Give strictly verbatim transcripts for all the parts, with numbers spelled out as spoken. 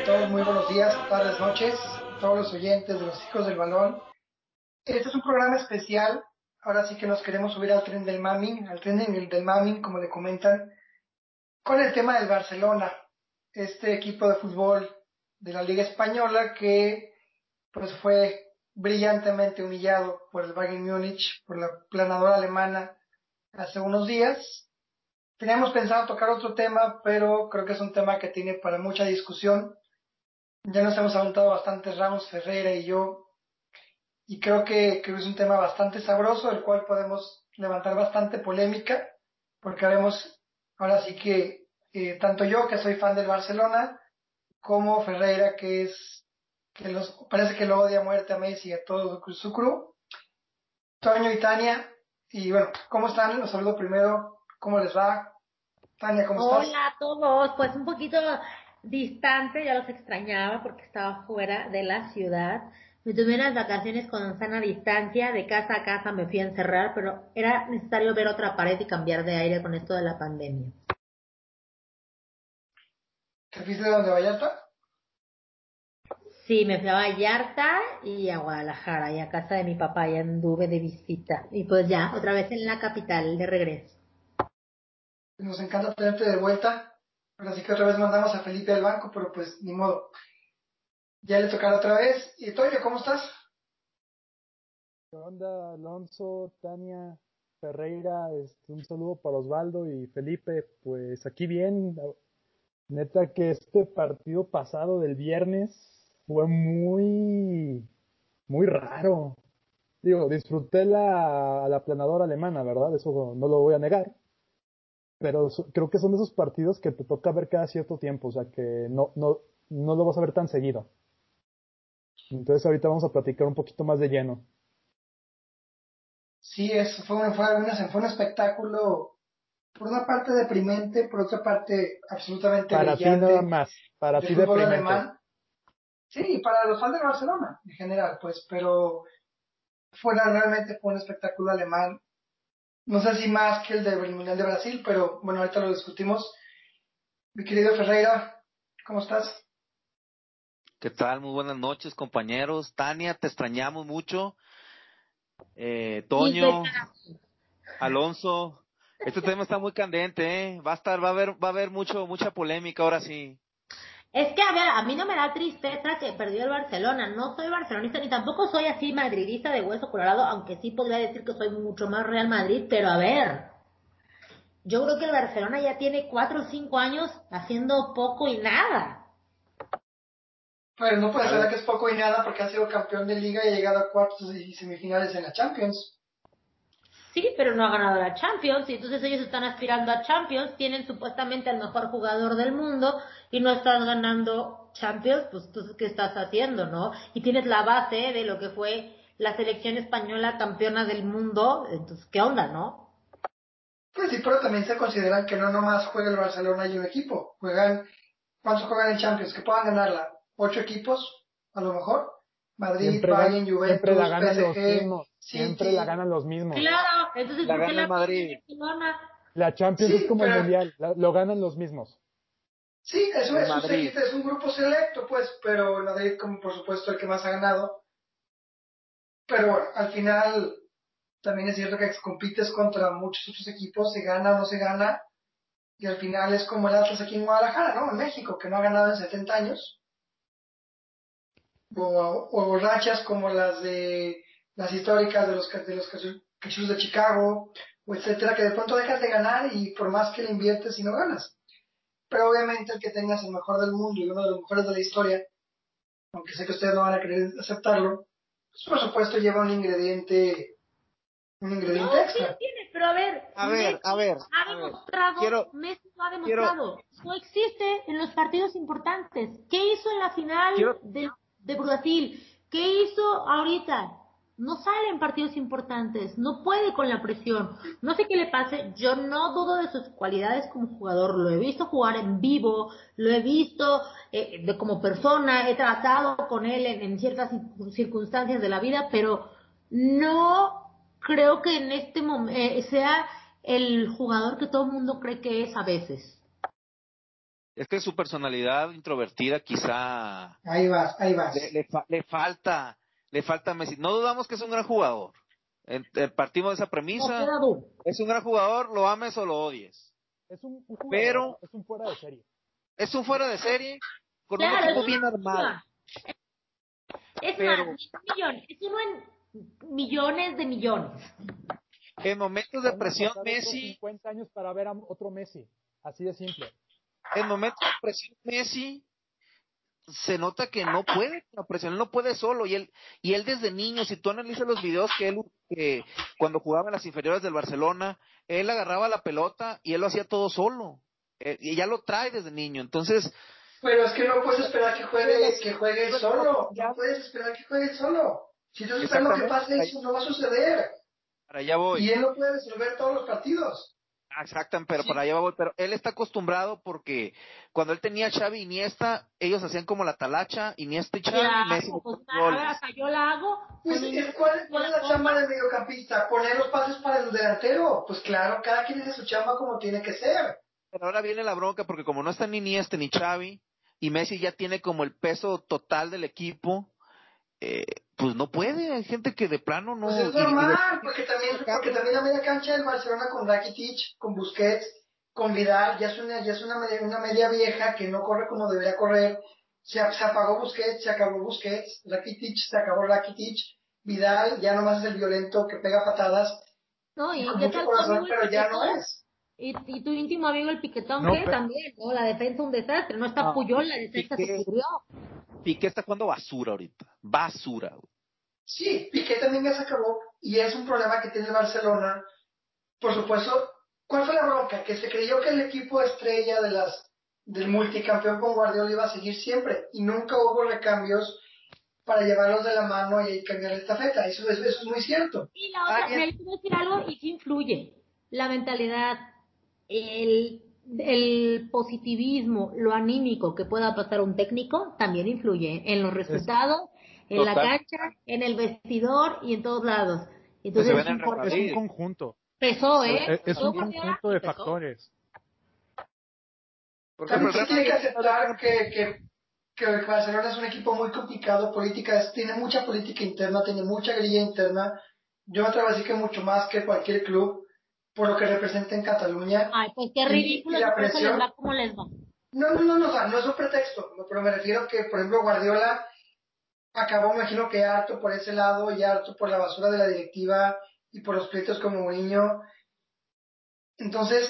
todos? Muy buenos días, tardes, noches, todos los oyentes de los Hijos del Balón. Este es un programa especial. Ahora sí que nos queremos subir al tren del mami, al tren del, del mami, como le comentan, con el tema del Barcelona, este equipo de fútbol de la Liga Española que pues fue brillantemente humillado por el Bayern Múnich, por la planadora alemana hace unos días. Teníamos pensado tocar otro tema, pero creo que es un tema que tiene para mucha discusión. Ya nos hemos aventado bastantes Ramos, Ferreira y yo, y creo que, que es un tema bastante sabroso, el cual podemos levantar bastante polémica, porque haremos, ahora sí que eh, tanto yo, que soy fan del Barcelona, como Ferreira, que es, que los, parece que lo odia a muerte a Messi y a todo su crew, Toño y Tania, y bueno, ¿cómo están? Los saludo primero, ¿cómo les va? Tania, ¿cómo estás? Hola a todos, pues un poquito distante, ya los extrañaba porque estaba fuera de la ciudad. Me tomé unas vacaciones con sana distancia, de casa a casa me fui a encerrar, pero era necesario ver otra pared y cambiar de aire con esto de la pandemia. ¿Te fuiste de donde Vallarta? Sí, me fui a Vallarta y a Guadalajara y a casa de mi papá, y anduve de visita. Y pues ya, otra vez en la capital, de regreso. Nos encanta tenerte de vuelta. Ahora sí que otra vez mandamos a Felipe al banco, pero pues ni modo. Ya le tocará otra vez. Y Toño, ¿cómo estás? ¿Qué onda, Alonso, Tania, Ferreira? Este, un saludo para Osvaldo y Felipe. Pues aquí bien. Neta que este partido pasado del viernes fue muy, muy raro. Digo, disfruté la, la planadora alemana, ¿verdad? Eso no lo voy a negar. Pero so- creo que son de esos partidos que te toca ver cada cierto tiempo, o sea que no, no, no lo vas a ver tan seguido. Entonces ahorita vamos a platicar un poquito más de lleno. Sí, eso fue, un- fue, una- fue un espectáculo, por una parte deprimente, por otra parte absolutamente Para ti nada brillante más, para de ti fútbol deprimente. alemán. Sí, y para los fans de Barcelona en general, pues, pero fue realmente fue un espectáculo alemán. No sé si más que el del Mundial de Brasil, pero bueno, ahorita lo discutimos. Mi querido Ferreira, ¿cómo estás? ¿Qué tal? Muy buenas noches, compañeros. Tania, te extrañamos mucho. Eh, Toño, Impecable. Alonso, este tema está muy candente, ¿eh? Va a estar, va a haber, va a haber mucho, mucha polémica ahora sí. Es que, a ver, a mí no me da tristeza que perdió el Barcelona. No soy barcelonista ni tampoco soy así madridista de hueso colorado, aunque sí podría decir que soy mucho más Real Madrid, pero a ver, yo creo que el Barcelona ya tiene cuatro o cinco años haciendo poco y nada. Pues no puede A ser ver, que es poco y nada porque ha sido campeón de liga y ha llegado a cuartos y semifinales en la Champions. Sí, pero no ha ganado la Champions, y entonces ellos están aspirando a Champions, tienen supuestamente al mejor jugador del mundo y no estás ganando Champions, pues entonces ¿qué estás haciendo, no? Y tienes la base de lo que fue la selección española campeona del mundo, entonces ¿qué onda, no? Pues sí, pero también se consideran que no nomás juega el Barcelona y un equipo. Juegan, ¿cuántos juegan en Champions? Que puedan ganarla. ¿Ocho equipos? A lo mejor. Madrid, Siempre, gan- Bayern, siempre la Juventus, ganan los P S G, mismos, siempre la City. ganan los mismos. Claro, entonces la ¿por qué gana el la ponen en Madrid. Barcelona? La Champions es Sí, como el pero Mundial, la- lo ganan los mismos. sí, eso El es un, Madrid. es un grupo selecto, pues, pero el Madrid como por supuesto el que más ha ganado. Pero bueno, al final también es cierto que compites contra muchos otros equipos, se gana o no se gana, y al final es como el Atlas aquí en Guadalajara, ¿no? En México, que no ha ganado en setenta años, o, o rachas como las de las históricas de los, de los Cachorros de Chicago, o etcétera, que de pronto dejas de ganar y por más que le inviertes y no ganas. Pero obviamente el que tengas el mejor del mundo y uno de los mejores de la historia, aunque sé que ustedes no van a querer aceptarlo, pues por supuesto lleva un ingrediente, un No, ingrediente sí lo extra. tiene, pero a ver, A ver, a Messi ver, ha a ver. demostrado, Quiero, Messi lo ha quiero, demostrado, no existe en los partidos importantes. ¿Qué hizo en la final quiero, de, de Brasil? ¿Qué hizo ahorita? No sale en partidos importantes, no puede con la presión. No sé qué le pase, yo no dudo de sus cualidades como jugador, lo he visto jugar en vivo, lo he visto eh, de, como persona, he tratado con él en, en ciertas circunstancias de la vida, pero no creo que en este momento sea el jugador que todo el mundo cree que es a veces. Es que su personalidad introvertida quizá Ahí vas, ahí vas. le, le, fa- le falta, le falta a Messi. No dudamos que es un gran jugador. En- eh, partimos de esa No premisa. queda duda. Es un gran jugador, lo ames o lo odies. Es un, un jugador, Pero es un fuera de serie. es un fuera de serie con un Claro, es equipo una bien armado. opción. Es más, Pero ni un millón, es uno en millones de millones. en momentos de Van a presión, pasar otros Messi, cincuenta años para ver a otro Messi. Así de simple. en momentos de presión, Messi se nota que no puede con la presión, él no puede solo, y él, y él desde niño, si tú analizas los videos que él, que cuando jugaba en las inferiores del Barcelona, él agarraba la pelota y él lo hacía todo solo, eh, y ya lo trae desde niño, entonces, Pero es que no puedes esperar que juegue, que juegue ya- solo. No puedes esperar que juegue solo. Si estás esperando que exactamente, pase eso, no va a suceder. para allá voy. Y él no puede resolver todos los partidos. Ah, exactamente, pero Sí, para allá voy, pero él está acostumbrado porque cuando él tenía a Xavi y Iniesta, ellos hacían como la talacha, Iniesta y Xavi, y Messi Claro, pues metía a ver, goles. hasta yo la hago, pues con es- Iniesta ¿cuál, yo ¿cuál es la la chamba pongo. del mediocampista? Poner los pases para el delantero. Pues claro, cada quien hace su chamba como tiene que ser. Pero ahora viene la bronca porque como no está ni Iniesta ni Xavi y Messi ya tiene como el peso total del equipo, eh, pues no puede. Hay gente que de plano Pues no es y, y de- normal, porque también, porque sacando. también la media cancha del Barcelona con Rakitic, con Busquets, con Vidal, ya es una, ya es una media, una media vieja que no corre como debería correr. Se, se apagó Busquets, se acabó Busquets, Rakitic, se acabó Rakitic, Vidal ya nomás es el violento que pega patadas No, y y con qué mucho tal tu amigo corazón, el pero ya no Piquetón, es. y, y tu íntimo amigo el Piquetón, No, que pe- también, ¿no? La defensa un desastre, no está no, Puyol, la defensa se Piqué, pudrió. Piqué está jugando basura ahorita. Basura. Güey. Sí, Piqué también ya se acabó y es un problema que tiene el Barcelona. Por supuesto, ¿cuál fue la bronca? Que se creyó que el equipo estrella de las del multicampeón con Guardiola iba a seguir siempre y nunca hubo recambios para llevarlos de la mano y cambiar la estafeta. Eso, eso, eso es muy cierto. Y la otra, Alguien, mira, yo te voy a decir algo y sí influye. La mentalidad, el, el positivismo, lo anímico que pueda pasar un técnico también influye en los es, resultados, en la Total. cancha, en el vestidor y en todos lados. Pues se Entonces ve es en el Real es un importante. Madrid. conjunto. Pesó, Es, ¿eh? es Pesó un Guardiola conjunto y de pesó. factores. Por ejemplo, también el se Real tiene que Madrid está de aceptar ejemplo. que, que, que el Barcelona es un equipo muy complicado, política, es- tiene mucha política interna, tiene mucha grilla interna. Yo me atrevo a decir que mucho más que cualquier club por lo que representa en Cataluña Ay, pues qué y, y ridículo, si la por eso les presión. va como les va. No, no, no, no, o sea, no es un pretexto, pero me refiero que, por ejemplo, Guardiola acabó, me imagino que harto por ese lado y harto por la basura de la directiva y por los pleitos como Mourinho. Entonces,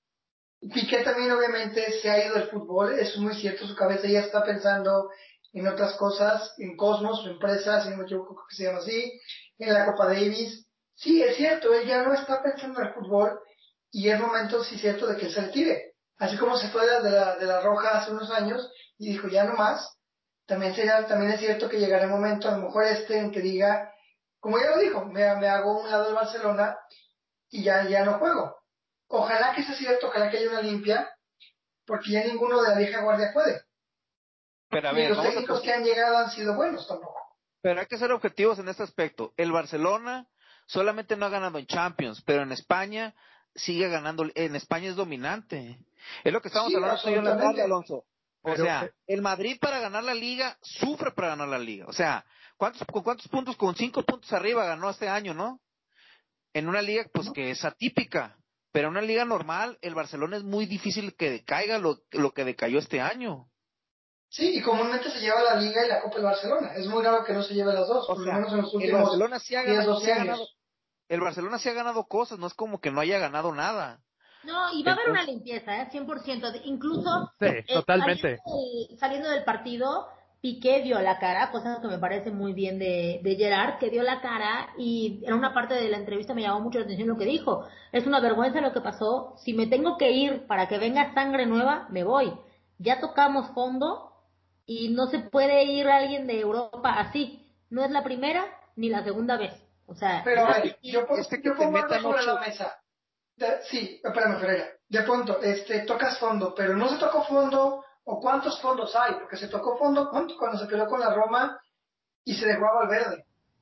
Piqué también obviamente se ha ido del fútbol, eso es muy cierto, su cabeza ya está pensando en otras cosas, en Cosmos, su empresa, si no me equivoco, creo que se llama así, en la Copa Davis. Sí, es cierto, él ya no está pensando en el fútbol y es momento, sí, cierto, de que él se retire. Así como se fue de la, de la Roja hace unos años y dijo, ya no más, también, será, también es cierto que llegará el momento, a lo mejor este, en que diga, como ya lo dijo, me, me hago un lado del Barcelona y ya, ya no juego. Ojalá que sea cierto, ojalá que haya una limpia, porque ya ninguno de la vieja guardia puede. Pero a Ni ver, los vamos a técnicos que han llegado han sido buenos tampoco. pero hay que ser objetivos en este aspecto. El Barcelona solamente no ha ganado en Champions, pero en España sigue ganando. En España es dominante. Es lo que estábamos Sí, hablando tú y yo en la tarde, absolutamente. Alonso. O Pero sea, eh, el Madrid para ganar la liga sufre para ganar la liga. O sea, ¿cuántos, con cuántos puntos? Con cinco puntos arriba ganó este año, ¿no? En una liga, pues ¿No? que es atípica. Pero en una liga normal, el Barcelona es muy difícil que decaiga lo, lo que decayó este año. Sí, y comúnmente se lleva la Liga y la Copa del Barcelona. Es muy raro que no se lleve las dos, O por lo sea, menos en los el últimos Barcelona sí ha diez, ganado, sí doce ha ganado, años. el Barcelona sí ha ganado cosas, no es como que no haya ganado nada. No, y va a haber una Entonces, limpieza, ¿eh? cien por ciento. De- Incluso sí, eh, saliendo, totalmente. del, saliendo del partido, Piqué dio la cara, cosa que me parece muy bien de, de Gerard, que dio la cara y en una parte de la entrevista me llamó mucho la atención lo que dijo. Es una vergüenza lo que pasó. Si me tengo que ir para que venga sangre nueva, me voy. Ya tocamos fondo y no se puede ir alguien de Europa así. No es la primera ni la segunda vez. O sea, Pero a ya ver, Piqué, yo, pon- este que yo te pongo algo metan sobre la ocho, mesa. De- sí, espérame, Ferreira. De pronto, este, tocas fondo, pero no se tocó fondo, o cuántos fondos hay, porque se tocó fondo, ¿cuánto? Cuando se peleó con la Roma y se dejó a Valverde.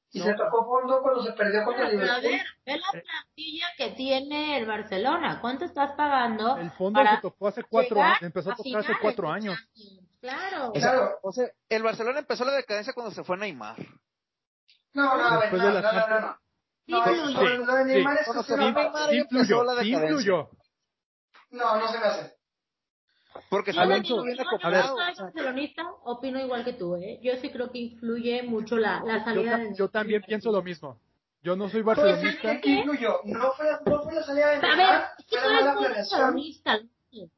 y no. se tocó fondo cuando se perdió contra Pero, pero a Liverpool. ver, ve la plantilla que tiene el Barcelona. ¿Cuánto estás pagando El fondo para se tocó hace cuatro llegar años, empezó a a tocar hace finales cuatro de años. Champions? Claro. O sea, Claro. o sea, el Barcelona empezó la decadencia cuando se fue Neymar. No, no, a ver, Después no, de la no, no, no, Champions. no. Sí No, influye. sobre lo de Neymar es Cuando se cuestión fue aparte. Neymar ahí Sí empezó influyó, la sí decadencia. influyó. No, no se me hace. Porque Yo estaba Alonso, también, bien yo, yo a ver. acoplado. soy O sea, barcelonista, opino igual que tú, ¿eh? Yo sí creo que influye mucho la, la Yo, salida ta- de yo Neymar también del pienso lo partido. mismo. Yo no soy Tú puedes decir barcelonista. que ¿qué influyó? No fue, no fue la salida de A ver, Neymar, es que fue tú la eres mala muy planeación. barcelonista, Luis.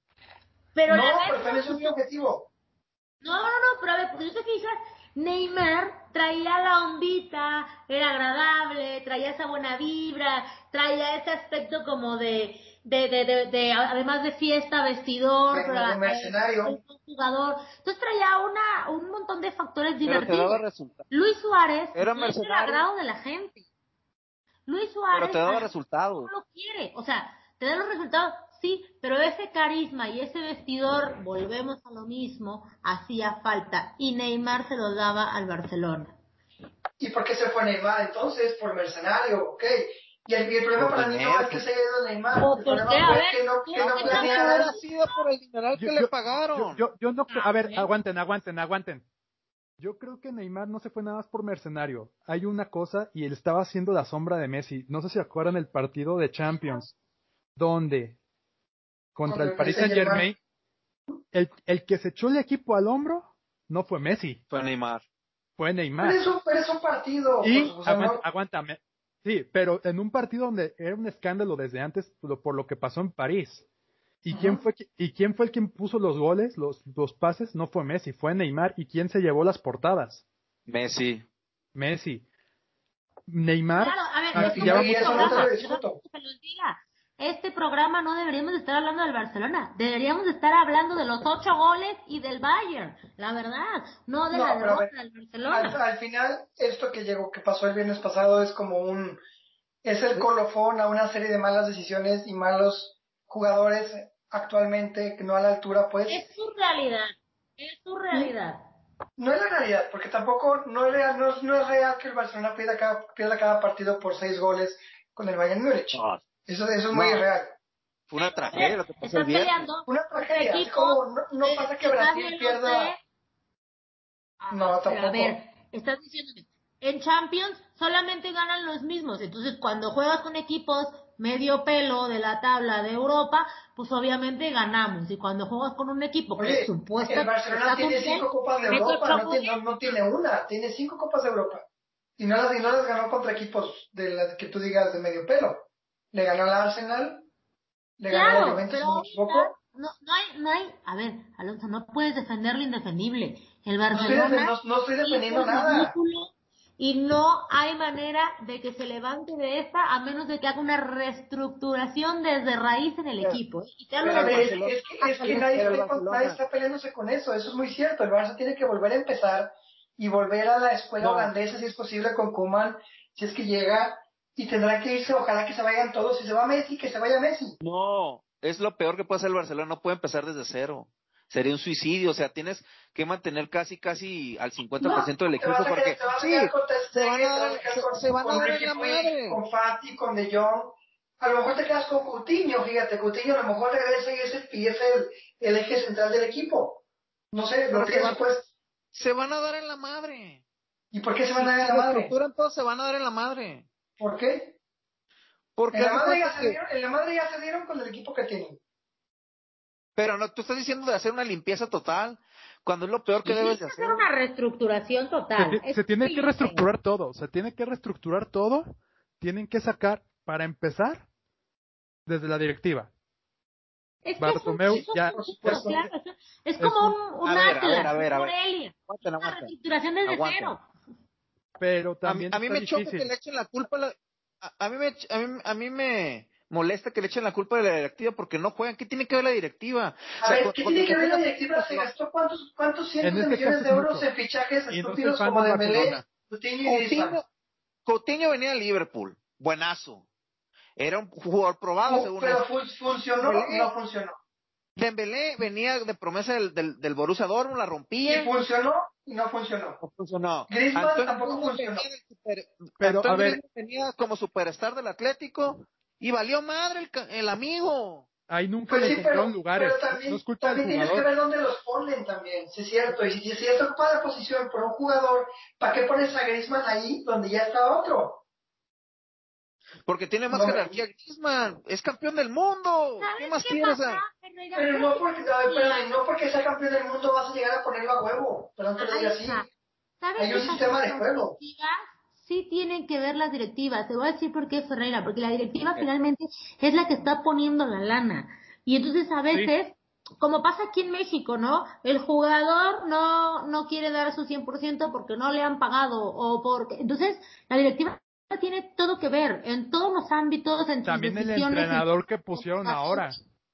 Pero No, la ves pero también con es mi tus objetivo. No, no, no, pero a ver, porque yo sé que dices, Neymar traía la ondita, era agradable, traía esa buena vibra, traía ese aspecto como de, de, de, de, de además de fiesta, vestidor, De, pero de mercenario. eh, jugador. Entonces traía una, un montón de factores pero te daba divertidos. resultados. Luis Suárez Era no es el mercenario, agrado de la gente. Luis pero Suárez te a daba la gente resultados. no lo quiere. O sea, te da los resultados, sí, pero ese carisma y ese vestidor, volvemos a lo mismo, hacía falta. Y Neymar se lo daba al Barcelona. ¿Y por qué se fue Neymar entonces? Por mercenario, ok. Y el, y el problema Por para mí no dinero, es que pues. se haya ido Neymar. ¿O El por problema qué? A fue ver, que no, ¿tú que no qué Aunque sabes? planearan. hubiera sido por el dineral Yo, que yo, le pagaron. yo, yo, yo no, Ah, a ver, bueno. aguanten, aguanten, aguanten. Yo creo que Neymar no se fue nada más por mercenario. Hay una cosa y él estaba haciendo la sombra de Messi. No sé si acuerdan el partido de Champions, donde contra el Paris Saint Germain, el, el que se echó el equipo al hombro no fue Messi, Fue Neymar. fue Pero Neymar. es un, pero es un partido. Pues, Y o sea, aguanta, no, aguántame. Sí, pero en un partido donde era un escándalo desde antes por, por lo que pasó en París. ¿Y Ujú. quién fue qui- y quién fue el quien puso los goles, los, los pases? No fue Messi, fue Neymar. ¿Y quién se llevó las portadas? Messi. Messi. Neymar Claro, a ver, no, es como maquillaba y este mucho. eso no te lo programa, perdón discuto. que se los diga. Este programa no deberíamos de estar hablando del Barcelona, deberíamos de estar hablando de los ocho goles y del Bayern, la verdad, no de No, la pero a derrota ver, del al, Barcelona. al final, esto que llegó, que pasó el viernes pasado es como un, es el colofón a una serie de malas decisiones y malos jugadores actualmente que no a la altura, pues. Es su realidad, es su realidad. No es la realidad, porque tampoco no es real, no, es- no es real que el Barcelona pierda cada, pierda cada partido por seis goles con el Bayern Múnich. No, Eso, eso es muy no, irreal. fue una A tragedia ver, lo que pasó el estás viernes. peleando Una contra tragedia, así equipos como no, no eh, pasa que que Brasil nadie los pierda. ve. No, Ajá, pero a tampoco. ver, estás diciéndome, en Champions solamente ganan los mismos, entonces cuando juegas con equipos medio pelo de la tabla de Europa, pues obviamente ganamos, y cuando juegas con un equipo que Oye, el supuestamente Barcelona está tiene con nivel, cinco Copas de mete Europa, ocho no tiene, goles. no, no tiene una, tiene cinco Copas de Europa. Y no las, y no las ganó contra equipos de las que tú digas de medio pelo. Le ganó al Arsenal, le ganó a la Claro, Juventus, pero si no me ahorita equivoco. no, no hay, no hay, a ver, Alonso, no puedes defender lo indefendible. El No estoy, defen- Barcelona no, no estoy hizo defendiendo el nada. ridículo y no hay manera de que se levante de esta a menos de que haga una reestructuración desde raíz en el Pero, equipo. ¿Eh? Y te hablo pero de el Pero es, Barcelona, es que, es que nadie, pero el está, con- nadie Barcelona, está peleándose con eso, eso es muy cierto. El Barça tiene que volver a empezar y volver a la escuela no, holandesa si es posible con Koeman, si es que llega, y tendrá que irse, ojalá que se vayan todos. Si se va Messi, que se vaya Messi. no, es lo peor que puede hacer el Barcelona, no puede empezar desde cero. Sería un suicidio, o sea, tienes que mantener casi, casi al cincuenta por No, ciento del te vas equipo a quedar, porque, te vas a sí, quedar con Ter se van Stegen, a te vas dar, a quedar se, con, se van a con dar en Ricky la Puig, madre. con Fati, con De Jong. A lo mejor te quedas con Coutinho, fíjate, Coutinho a lo mejor regresa y es el, y es el, el eje central del equipo. No sé, lo Pero se pienso van, pues. se van a dar en la madre. ¿Y por qué se van Si, a dar en si la madre? reestructuran todo, se van a dar en la madre. ¿Por qué? Porque En la haz de madre cuenta ya se que, dieron, en la madre ya se dieron con el equipo que tienen. pero no, tú estás diciendo de hacer una limpieza total, cuando es lo peor que Tienes debes de que hacer hacer. una reestructuración Se, total. ti- Eso se tiene sí que yo creo. reestructurar todo, se tiene que reestructurar todo. Tienen que sacar, para empezar, desde la directiva. Es que es un, Bartomeu Sí, eso es ya, un por ciclo, supuesto. claro. eso- Es es como un, un, A un ver, a ver, a Atlas, ver, un a ver. Morelia. Es Aguanten, una aguanten, reestructuración desde aguanten. cero. pero A mí, también a mí está me choca que difícil. le echen la culpa a la, a, a mí me, a mí, a mí me molesta que le echen la culpa de la directiva porque no juegan. ¿Qué tiene que ver la directiva? O A sea, ver, con, ¿qué con tiene que ver la una directiva? Se situación. gastó cuántos, cuántos En cientos de este millones caso de es euros mucho. en fichajes Y no soy estúpidos fan como del Dembélé, Barcelona. Coutinho y Griezmann. Coutinho, Coutinho venía de Liverpool, buenazo. Era un jugador probado Fu- según Pero esto. fu- funcionó, no Dembélé, funcionó. Dembélé venía de promesa del, del, del Borussia Dortmund, la Y rompía. funcionó, y no funcionó. No funcionó. Griezmann Antonio tampoco Griezmann funcionó. venía del super- Pero, Antonio a ver. Griezmann venía como superstar del Atlético y valió madre el, ca- el amigo. Ahí nunca Pues le sí, encontraron pero, lugares. pero también, No es culpa del también tienes que jugador. ver dónde los ponen también, sí es cierto. Y si, si es ocupada la posición por un jugador, ¿para qué pones a Griezmann ahí donde ya está otro? Porque tiene más No me- jerarquía Griezmann. Es campeón del mundo. ¿Qué ¿Sabes más qué quieres? pasa, ah? Ferreira? Pero Creo no que porque, a ver, espérame, no porque sea campeón del mundo vas a llegar a ponerlo a huevo. Perdón que lo ahí diga así. está. ¿Sabes Hay qué un pasa? sistema de Las juego. directivas sí tienen que ver las directivas. Te voy a decir por qué, Ferreira, porque la directiva finalmente es la que está poniendo la lana. Y entonces a veces, como pasa aquí en México, ¿no? El jugador no no quiere dar su cien por ciento porque no le han pagado o porque... Entonces, la directiva tiene todo que ver en todos los ámbitos, en sus También el decisiones. en- entrenador que pusieron ahora.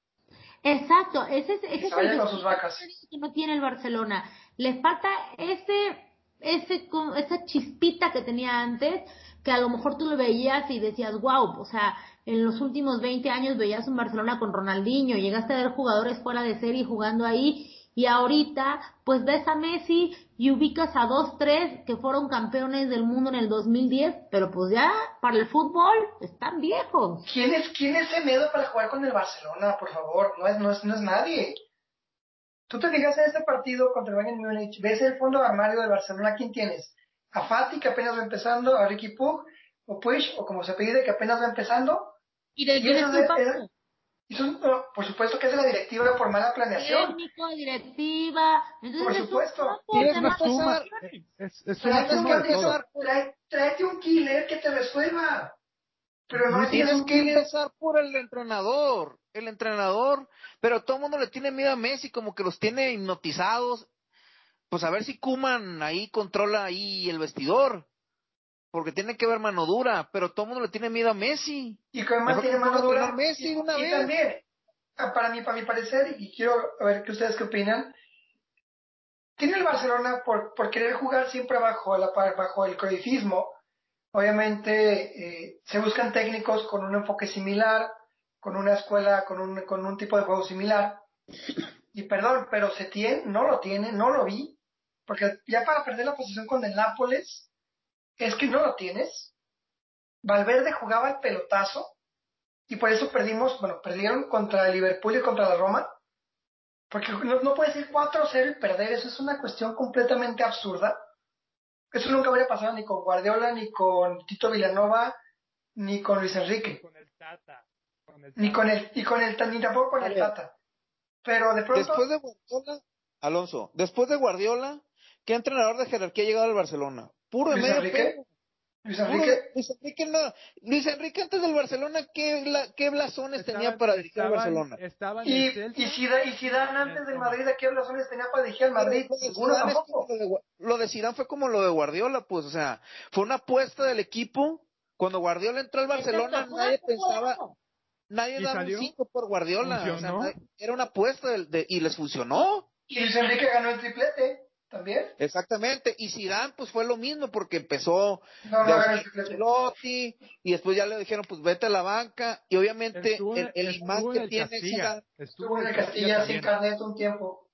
Exacto, ese es, Que ese se es vaya el con sus vacas. que no tiene el Barcelona. Les falta ese, ese, co- esa chispita que tenía antes, que a lo mejor tú lo veías y decías, wow, o sea, en los últimos veinte años veías un Barcelona con Ronaldinho, llegaste a ver jugadores fuera de serie jugando ahí, y ahorita, pues ves a Messi y ubicas a dos, tres que fueron campeones del mundo en el dos mil diez, pero pues ya para el fútbol están viejos. ¿Quién es, quién es Semedo para jugar con el Barcelona, por favor? No es, no es, no es nadie. Tú te fijas en este partido contra el Bayern Múnich, ves el fondo de armario del Barcelona, ¿quién tienes? A Fati, que apenas va empezando, a Ricky Pug, o Puig, o como se pide, que apenas va empezando. ¿Y de Y quién es eso es, culpa? es- eso es- no, por supuesto que es de la directiva por mala planeación. Técnico, directiva, Por entonces es un supuesto. combo Tienes de que Es malas suma, empezar. decisiones. es, es una Tráete un, suma de todo. empezar, trae- tráete un killer que te resuelva. Pero no Luis, tienes Tienes un que killer. empezar por el entrenador. El entrenador. Pero todo el mundo le tiene miedo a Messi, como que los tiene hipnotizados. Pues a ver si Koeman ahí controla ahí el vestidor. Porque tiene que ver mano dura. Pero todo el mundo le tiene miedo a Messi. Y que además Mejor que tiene ponga mano a entrenar dura. Messi de una Y, y vez. también, ah, para mí, para mi parecer, y quiero ver qué ustedes qué opinan, tiene el Barcelona por, por querer jugar siempre bajo, la, bajo el cruyffismo. Obviamente eh, se buscan técnicos con un enfoque similar, con una escuela, con un, con un tipo de juego similar. Y perdón, pero Setién no lo tiene, no lo vi, porque ya para perder la posición con el Nápoles, es que no lo tienes. Valverde jugaba el pelotazo y por eso perdimos, bueno, perdieron contra el Liverpool y contra la Roma, porque no, no puedes ir cuatro cero y perder, eso es una cuestión completamente absurda. Eso nunca habría pasado ni con Guardiola, ni con Tito Villanova, ni con Luis Enrique, Con el Tata. Con el ni Tata. con el, y con el, ni tampoco con A el ver. Tata. Pero de pronto, Después de Guardiola, Alonso, después de Guardiola, ¿qué entrenador de jerarquía ha llegado al Barcelona? Puro de Luis medio Enrique, pelo. Luis Puro Enrique, de, Luis Enrique no. Luis Enrique antes del Barcelona, ¿qué, bla- qué blasones tenía Estaban, para dirigir al estaban, Barcelona? estaban y, el Celta y Zidane, y Zidane en antes el del Roma. Madrid, ¿a qué blasones tenía para dirigir al Pero Madrid? lo de Ninguno Zidane es como tampoco. lo de, Gua- lo de Zidane fue como lo de Guardiola, pues, o sea, fue una apuesta del equipo. Cuando Guardiola entró al Barcelona, Exacto, nadie fue pensaba, juego. nadie ¿Y daba un salió? cinco por Guardiola, o sea, ¿Funcionó? nadie- era una apuesta del- de- y les funcionó. Y Luis Enrique ganó el triplete, también. Exactamente, y Zidane pues fue lo mismo porque empezó No, de no ganó el auxiliar de triplete. Ancelotti y después ya le dijeron pues vete a la banca y obviamente Estuvo, el, en- el imán estuvo en que el tiene Castilla. Zidane, Estuvo Estuvo en en el el Castilla Castilla sin también. carnet un tiempo.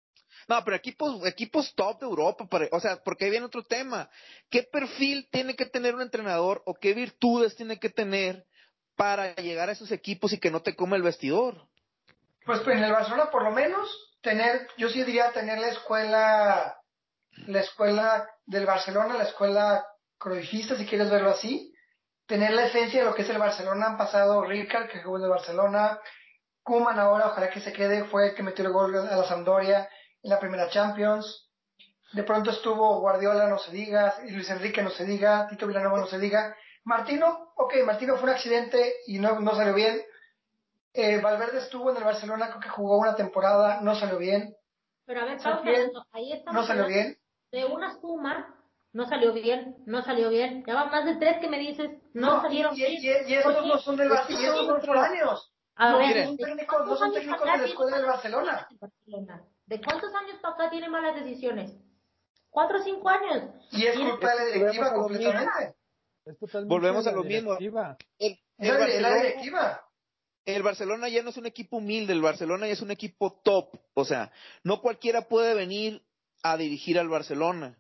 no, pero equipos equipos top de Europa, para- o sea, porque ahí viene otro tema, ¿qué perfil tiene que tener un entrenador o qué virtudes tiene que tener para llegar a esos equipos y que no te come el vestidor? Pues en el Barcelona por lo menos tener, yo sí diría tener la escuela, la escuela del Barcelona, la escuela cruyffista, si quieres verlo así, tener la esencia de lo que es el Barcelona. Han pasado Rijkaard, que jugó en el Barcelona, Koeman ahora, ojalá que se quede, fue el que metió el gol a la Sampdoria en la primera Champions. De pronto estuvo Guardiola, no se diga, y Luis Enrique, no se diga, Tito Villanova, no se diga. Martino, ok, Martino fue un accidente y no, no salió bien. Eh, Valverde estuvo en el Barcelona, creo que jugó una temporada, no salió bien. Pero a ver, pausa, Setién, no, ahí no estamos salió hablando bien. de una suma, no salió bien, no salió bien. Ya van más de tres que me dices, no No, y, salieron y, bien. y, y estos no Oye, son del Es que Barcelona, y son estos no son entrenadores, foráneos. a No, ver, no miren, son ¿de técnicos, no cuántos son años para técnicos de acá la tiene escuela del malas decisiones Barcelona. el Barcelona? ¿De cuántos años para acá tiene malas decisiones? ¿Cuatro o cinco años? Y es Tiene... culpa es de que la volvemos directiva a lo mismo, completamente. Es totalmente volvemos a la lo mismo, directiva. el, Es el la, es la Barcelona directiva. el Barcelona ya no es un equipo humilde, el Barcelona ya es un equipo top, o sea, no cualquiera puede venir a dirigir al Barcelona.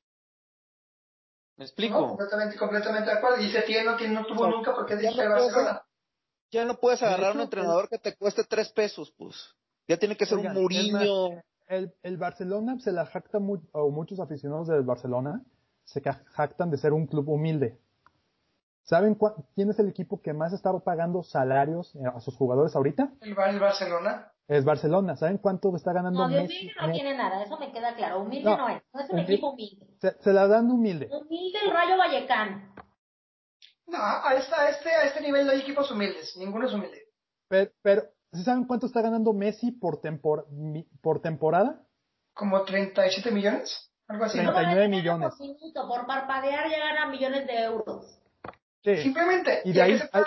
¿Me explico? No, completamente, completamente de acuerdo. Y Setién no, tiene, no tuvo no, nunca por qué dirigir al Barcelona. Ya no puedes agarrar hecho, un entrenador el... que te cueste tres pesos, pues. Ya tiene que ser Oigan, un Mourinho. Más, el, el Barcelona se la jacta, mu o muchos aficionados del Barcelona se jactan de ser un club humilde. ¿Saben quién es el equipo que más está pagando salarios a sus jugadores ahorita? El, el Barcelona. Es Barcelona. ¿Saben cuánto está ganando no, de Messi? humilde no tiene nada, eso me queda claro. Humilde no, no es, no es un humilde, equipo humilde. Se, se la dan humilde. Humilde el Rayo Vallecano. No, a, esta, a, este, a este nivel no hay equipos humildes, ninguno es humilde. Pero, pero ¿sí saben cuánto está ganando Messi por, tempor, por temporada? ¿Como treinta y siete millones? Algo así, treinta y nueve ¿no? millones. Por minuto, por parpadear ya gana millones de euros. Sí. Simplemente, y de ahí... Hay,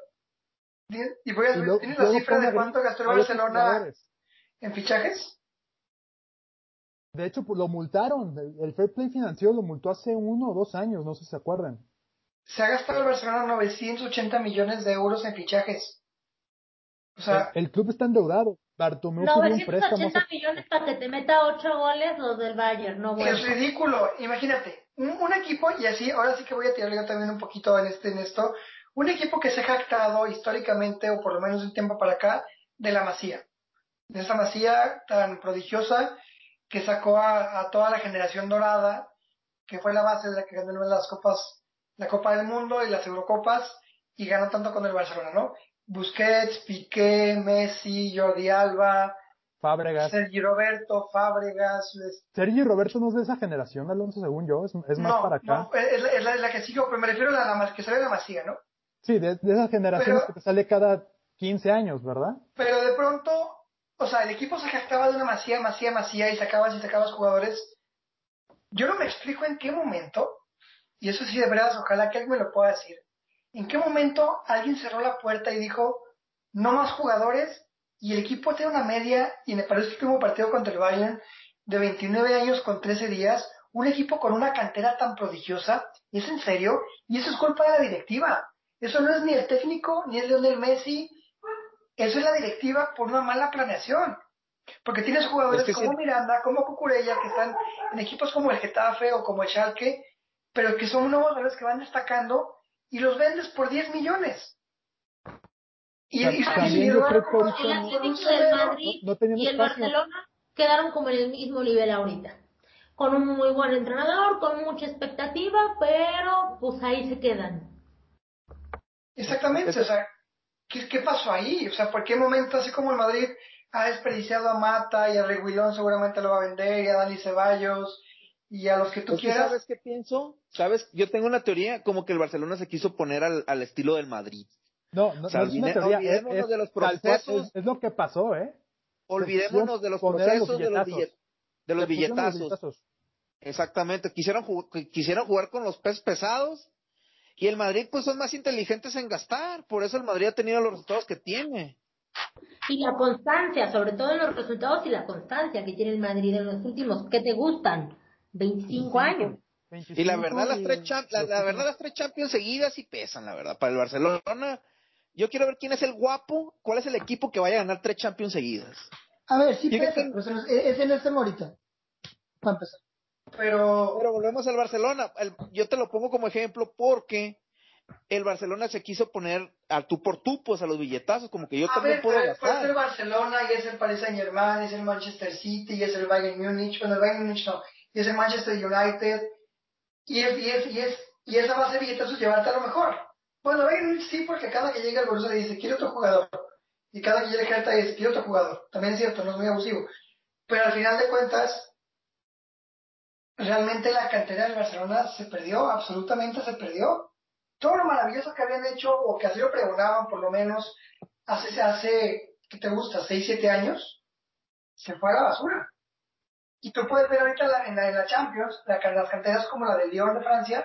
y voy a y lo, ¿tienes la cifra de cuánto gastó el Barcelona en fichajes? De hecho, pues, lo multaron. El, el Fair Play financiero lo multó hace uno o dos años, no sé si se acuerdan. Se ha gastado el Barcelona novecientos ochenta millones de euros en fichajes. O sea, el, el club está endeudado. Bartomeu novecientos ochenta millones para que te meta ocho goles los del Bayern, no bueno. Es ridículo, imagínate, un, un equipo, y así, ahora sí que voy a tirarle yo también un poquito en, este, en esto, un equipo que se ha jactado históricamente, o por lo menos de un tiempo para acá, de la Masía. De esa Masía tan prodigiosa que sacó a, a toda la generación dorada, que fue la base de la que ganó las copas, la Copa del Mundo y las Eurocopas, y ganó tanto con el Barcelona, ¿no? Busquets, Piqué, Messi, Jordi Alba, Fábregas. Sergi Roberto, Fábregas. Sergi Roberto no es de esa generación, Alonso, según yo, es, es más no, para acá. No, es la, es la, es la que sigo, pero me refiero a la, la que sale de la Masía, ¿no? Sí, de, de esas generaciones pero, que te sale cada quince años, ¿verdad? Pero de pronto, o sea, el equipo se jactaba de una Masía, Masía, Masía, y sacabas y sacabas jugadores. Yo no me explico en qué momento, y eso sí de verdad, ojalá que alguien me lo pueda decir, en qué momento alguien cerró la puerta y dijo, no más jugadores, y el equipo tiene una media, y me parece que último partido contra el Bayern, de veintinueve años con trece días, un equipo con una cantera tan prodigiosa, ¿es en serio? Y eso es culpa de la directiva. Eso no es ni el técnico, ni es Lionel Messi, eso es la directiva por una mala planeación. Porque tienes jugadores es que como sí. Miranda, como Cucurella, que están en equipos como el Getafe o como el Schalke, pero que son unos jugadores que van destacando y los vendes por diez millones. Y, y, también y yo creo que ahorita el Atlético del Madrid no, no y el espacio. Barcelona quedaron como en el mismo nivel ahorita. Con un muy buen entrenador, con mucha expectativa, pero pues ahí se quedan. Exactamente, o sea, ¿qué, qué pasó ahí? O sea, ¿por qué momento, así como el Madrid ha desperdiciado a Mata y a Reguilón seguramente lo va a vender, y a Dani Ceballos y a los que tú pues quieras? ¿Sabes qué pienso? ¿Sabes? Yo tengo una teoría como que el Barcelona se quiso poner al, al estilo del Madrid. No, no, o sea, no es una teoría, olvidémonos es, de los procesos. Es, es lo que pasó, ¿eh? Olvidémonos de los procesos, los de los, billet, de los billetazos. los billetazos. Exactamente, quisieron, jug quisieron jugar con los pesos pesados y el Madrid pues son más inteligentes en gastar, por eso el Madrid ha tenido los resultados que tiene. Y la constancia, sobre todo en los resultados y la constancia que tiene el Madrid en los últimos, ¿qué te gustan? veinticinco años. veinticinco y la verdad, y las tres la, la verdad las tres Champions seguidas sí pesan, la verdad, para el Barcelona. Yo quiero ver quién es el guapo, cuál es el equipo que vaya a ganar tres Champions seguidas. A ver, sí pesa, pero ese no es el ahorita. Para empezar. Pero... pero volvemos al Barcelona. El, yo te lo pongo como ejemplo porque el Barcelona se quiso poner al tú por tú, pues a los billetazos, como que yo a también ver, puedo pues, gastar. Pues el Barcelona, y es el Paris Saint Germain, es el Manchester City, y es el Bayern Múnich, bueno, el Bayern Múnich no, y es el Manchester United, y es, y es, y es, y es a base de billetazos llevarte a lo mejor. Bueno, Bayern Múnich sí, porque cada que llega el Borussia le dice, quiero otro jugador, y cada que llega el Hertha dice, quiero otro jugador, también es cierto, no es muy abusivo, pero al final de cuentas, realmente la cantera del Barcelona se perdió, absolutamente se perdió. Todo lo maravilloso que habían hecho, o que así lo pregonaban por lo menos hace, hace ¿qué te gusta? seis siete años, se fue a la basura. Y tú puedes ver ahorita la, en, la, en la Champions, la, las canteras como la de Lyon de Francia,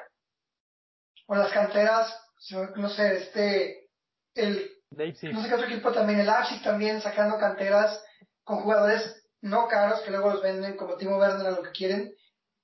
o las canteras, no sé, este, el, Leipzig. no sé qué otro equipo también, el Leipzig también sacando canteras con jugadores no caros que luego los venden como Timo Werner a lo que quieren,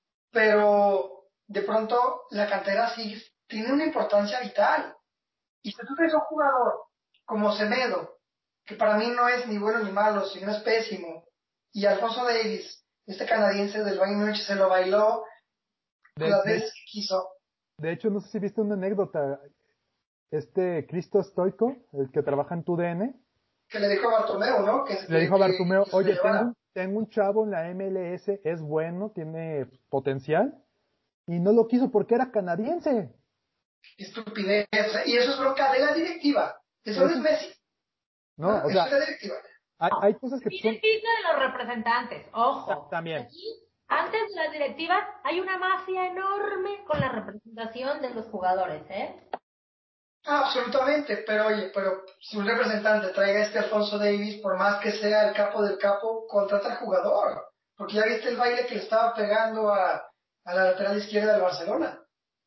pero de pronto la cantera sí tiene una importancia vital. Y si tú tienes un jugador como Semedo, que para mí no es ni bueno ni malo, sino es pésimo, y Alfonso Davis este canadiense del Bayern Múnich se lo bailó De, las de, veces que quiso. de hecho, no sé si viste una anécdota. Este Cristo Stoico, el que trabaja en tu D N, Que le dijo a Bartomeu, ¿no? Que, le dijo a que- Bartomeu, que se lo oye, llevara. tengo, un- tengo un chavo en la M L S, es bueno, tiene potencial, y no lo quiso porque era canadiense. Estupidez. O sea, y eso es bronca de la directiva. Eso no es Eso, Messi. no, o Eso sea, es la directiva. hay, hay cosas que Y son depende de los representantes, ta- ojo. también. Aquí, antes de la directiva, hay una mafia enorme con la representación de los jugadores, ¿eh? Ah, absolutamente, pero oye, pero si un representante traiga a este Alfonso Davis, por más que sea el capo del capo, contrata al jugador. Porque ya viste el baile que le estaba pegando a, a la lateral izquierda del Barcelona.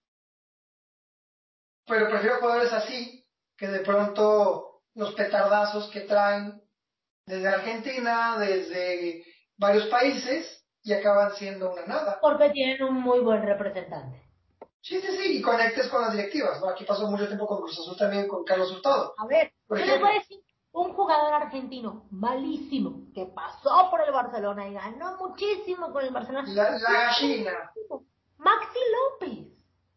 Pero prefiero jugadores así, que de pronto los petardazos que traen desde Argentina, desde varios países, y acaban siendo una nada. Porque tienen un muy buen representante. Sí, sí, sí, y conectes con las directivas, ¿no? Aquí pasó mucho tiempo con Cruz Azul también, con Carlos Hurtado. A ver, Por yo les ejemplo, voy a decir, un jugador argentino malísimo que pasó por el Barcelona y ganó muchísimo con el Barcelona. la, la gallina. Maxi López.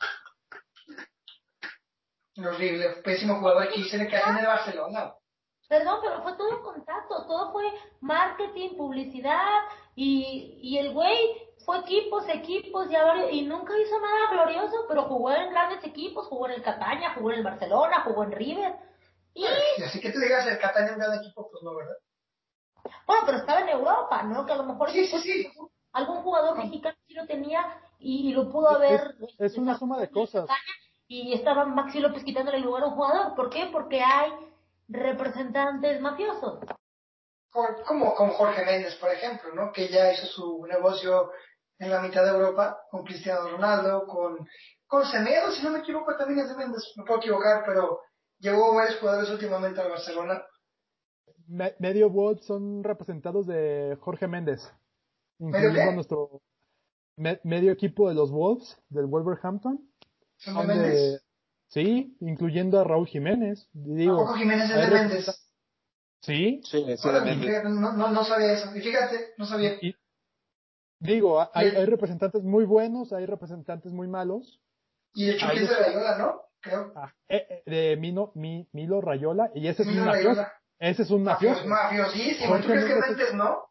Horrible, pésimo jugador aquí, se le cae en el Barcelona. Perdón, pero fue todo contacto, todo fue marketing, publicidad y, y el güey fue equipos, equipos y, ahora- y nunca hizo nada glorioso, pero jugó en grandes equipos, jugó en el Catania, jugó en el Barcelona, jugó en River. Y Y así que tú digas el Catania en gran equipo, pues no, ¿verdad? bueno, pero estaba en Europa, ¿no? Que a lo mejor Sí, ese sí, puesto sí. algún, algún jugador mexicano sí lo tenía y, y lo pudo Es, haber es una suma desarrollado de en el cosas. Catania y estaba Maxi López quitándole el lugar a un jugador. ¿Por qué? Porque hay representantes mafiosos. Por- como, como Jorge Méndez, por ejemplo, ¿no? Que ya hizo su negocio en la mitad de Europa con Cristiano Ronaldo, con, con Semedo, si no me equivoco, también es de Méndez, me puedo equivocar, pero llevó varios jugadores últimamente al Barcelona. Me- medio Wolves son representados de Jorge Méndez, ¿Medio incluyendo a qué? nuestro me- medio equipo de los Wolves, del Wolverhampton, ¿Son de son de, Méndez? sí, incluyendo a Raúl Jiménez. Y ¿A poco digo, Jiménez es hay de representa- Méndez? sí, Sí, sí, de Órale, Méndez. fíjate, no, no, no sabía eso. Y fíjate, no sabía. y, y digo, Y hay, hay el, representantes muy buenos, hay representantes muy malos. y el Hay Chucky es los de que, Rayola, ¿no? Creo. ah, eh, eh, de Mino, Mi- Milo Rayola, y ese es un Mino mafioso. Rayola. Ese es un Mafios, mafioso. mafiosísimo. ¿Y tú Jorge crees que Méndez es, Méndez no?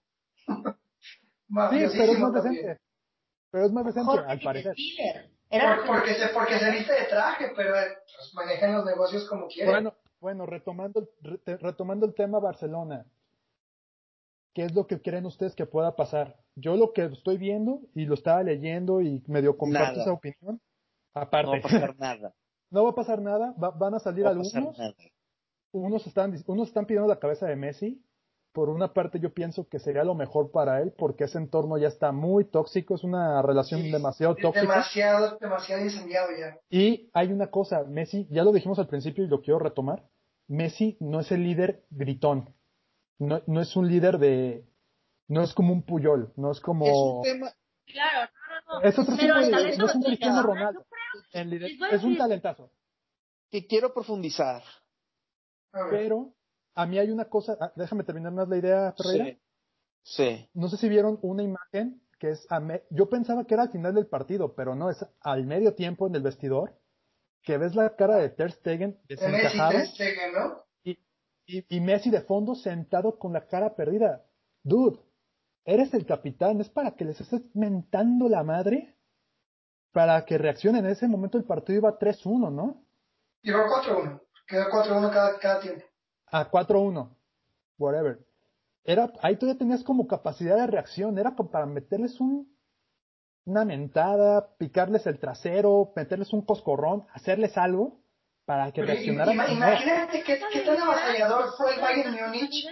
sí, pero es Mafiosísimo más también. decente. Pero es más decente, Jorge al Méndez parecer. Miller. Era Por- representante. porque, se, porque se viste de traje, pero eh, pues, manejan los negocios como quieren. Bueno, bueno, retomando, el- re- retomando el tema Barcelona, ¿qué es lo que creen ustedes que pueda pasar? Yo lo que estoy viendo y lo estaba leyendo y medio comparto esa Nada. opinión, No va aparte, a pasar nada. no va a pasar nada, va- van a No salir va a pasar algunos, nada. unos están, dis- unos están pidiendo la cabeza de Messi. Por una parte yo pienso que sería lo mejor para él porque ese entorno ya está muy tóxico, es una relación Sí, demasiado es tóxica. demasiado, demasiado incendiado ya. Y hay una cosa, Messi, ya lo dijimos al principio y lo quiero retomar, Messi no es el líder gritón, no, no es un líder de, no es como un Puyol, no es Es un como, tema, Claro, no, no, es no. otro Pero tipo de el liderazgo, talento no es lo un tiene. Cristiano Ahora, yo Ronaldo, creo, el lider- les voy a es un decir, talentazo, que quiero profundizar. A ver. pero a mí hay una cosa, ah, déjame terminar más la idea, Ferreira, Sí. Sí. no sé si vieron una imagen que es, a me- yo pensaba que era al final del partido, pero no, es al medio tiempo en el vestidor, que ves la cara de Ter Stegen De Messi, desencajado, Ter Stegen, ¿no? Y, y, y Messi de fondo sentado con la cara perdida. Dude, eres el capitán, es para que les estés mentando la madre, para que reaccionen. En ese momento el partido iba tres uno, ¿no? Llegó cuatro uno. Quedó cuatro uno cada, cada tiempo. A cuatro uno, whatever. Era, ahí todavía tenías como capacidad de reacción, era como para meterles un, una mentada, picarles el trasero, meterles un coscorrón, hacerles algo para que Pero im- reaccionaran. ima- Y no, imagínate qué, qué tan avasallador fue el Bayern Múnich.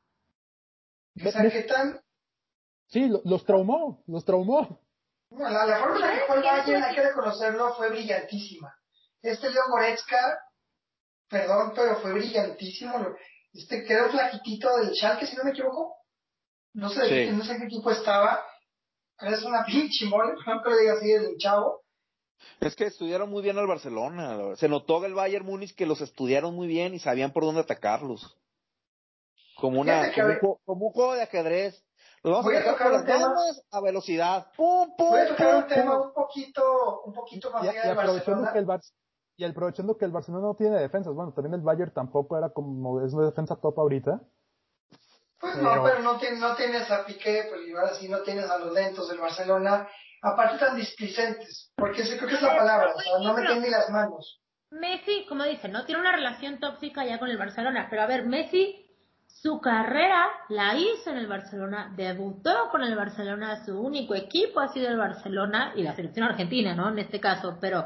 O Me- sea, me- qué tan... sí, lo- los traumó, los traumó. Bueno, la, la forma en la que fue el Bayern, hay que reconocerlo, fue brillantísima. Este Leo Goretzka, perdón, pero fue brillantísimo. Lo- Este que era un flaquitito del Schalke, si no me equivoco. No sé, de qué, Sí. no sé en qué equipo estaba. Pero es una pinche mole, no que lo diga así desde un chavo. Es que estudiaron muy bien al Barcelona. la verdad. Se notó el Bayern Múnich que los estudiaron muy bien y sabían por dónde atacarlos. Como una, Fíjate que, como un, juego- como un juego de ajedrez. Los vamos Voy a a sacar tocar por un las tema, bandas a velocidad. Pum, pum, voy a tocar un pum, tema pum. un poquito, un poquito más Y, allá y del aprovechando Barcelona. que el Bar y aprovechando que el Barcelona no tiene defensas, bueno, también el Bayern tampoco era como es una defensa top ahorita, Pues no, pero pero no, tienes, no tienes a Piqué, pues y ahora sí no tienes a los lentos del Barcelona, aparte tan displicentes, porque eso creo que es A la ver, palabra, pero o por sea, no ejemplo, meten ni las manos. Messi, como dice, no tiene una relación tóxica ya con el Barcelona, pero a ver, Messi, su carrera la hizo en el Barcelona, debutó con el Barcelona, su único equipo ha sido el Barcelona y la selección argentina, ¿no? En este caso, pero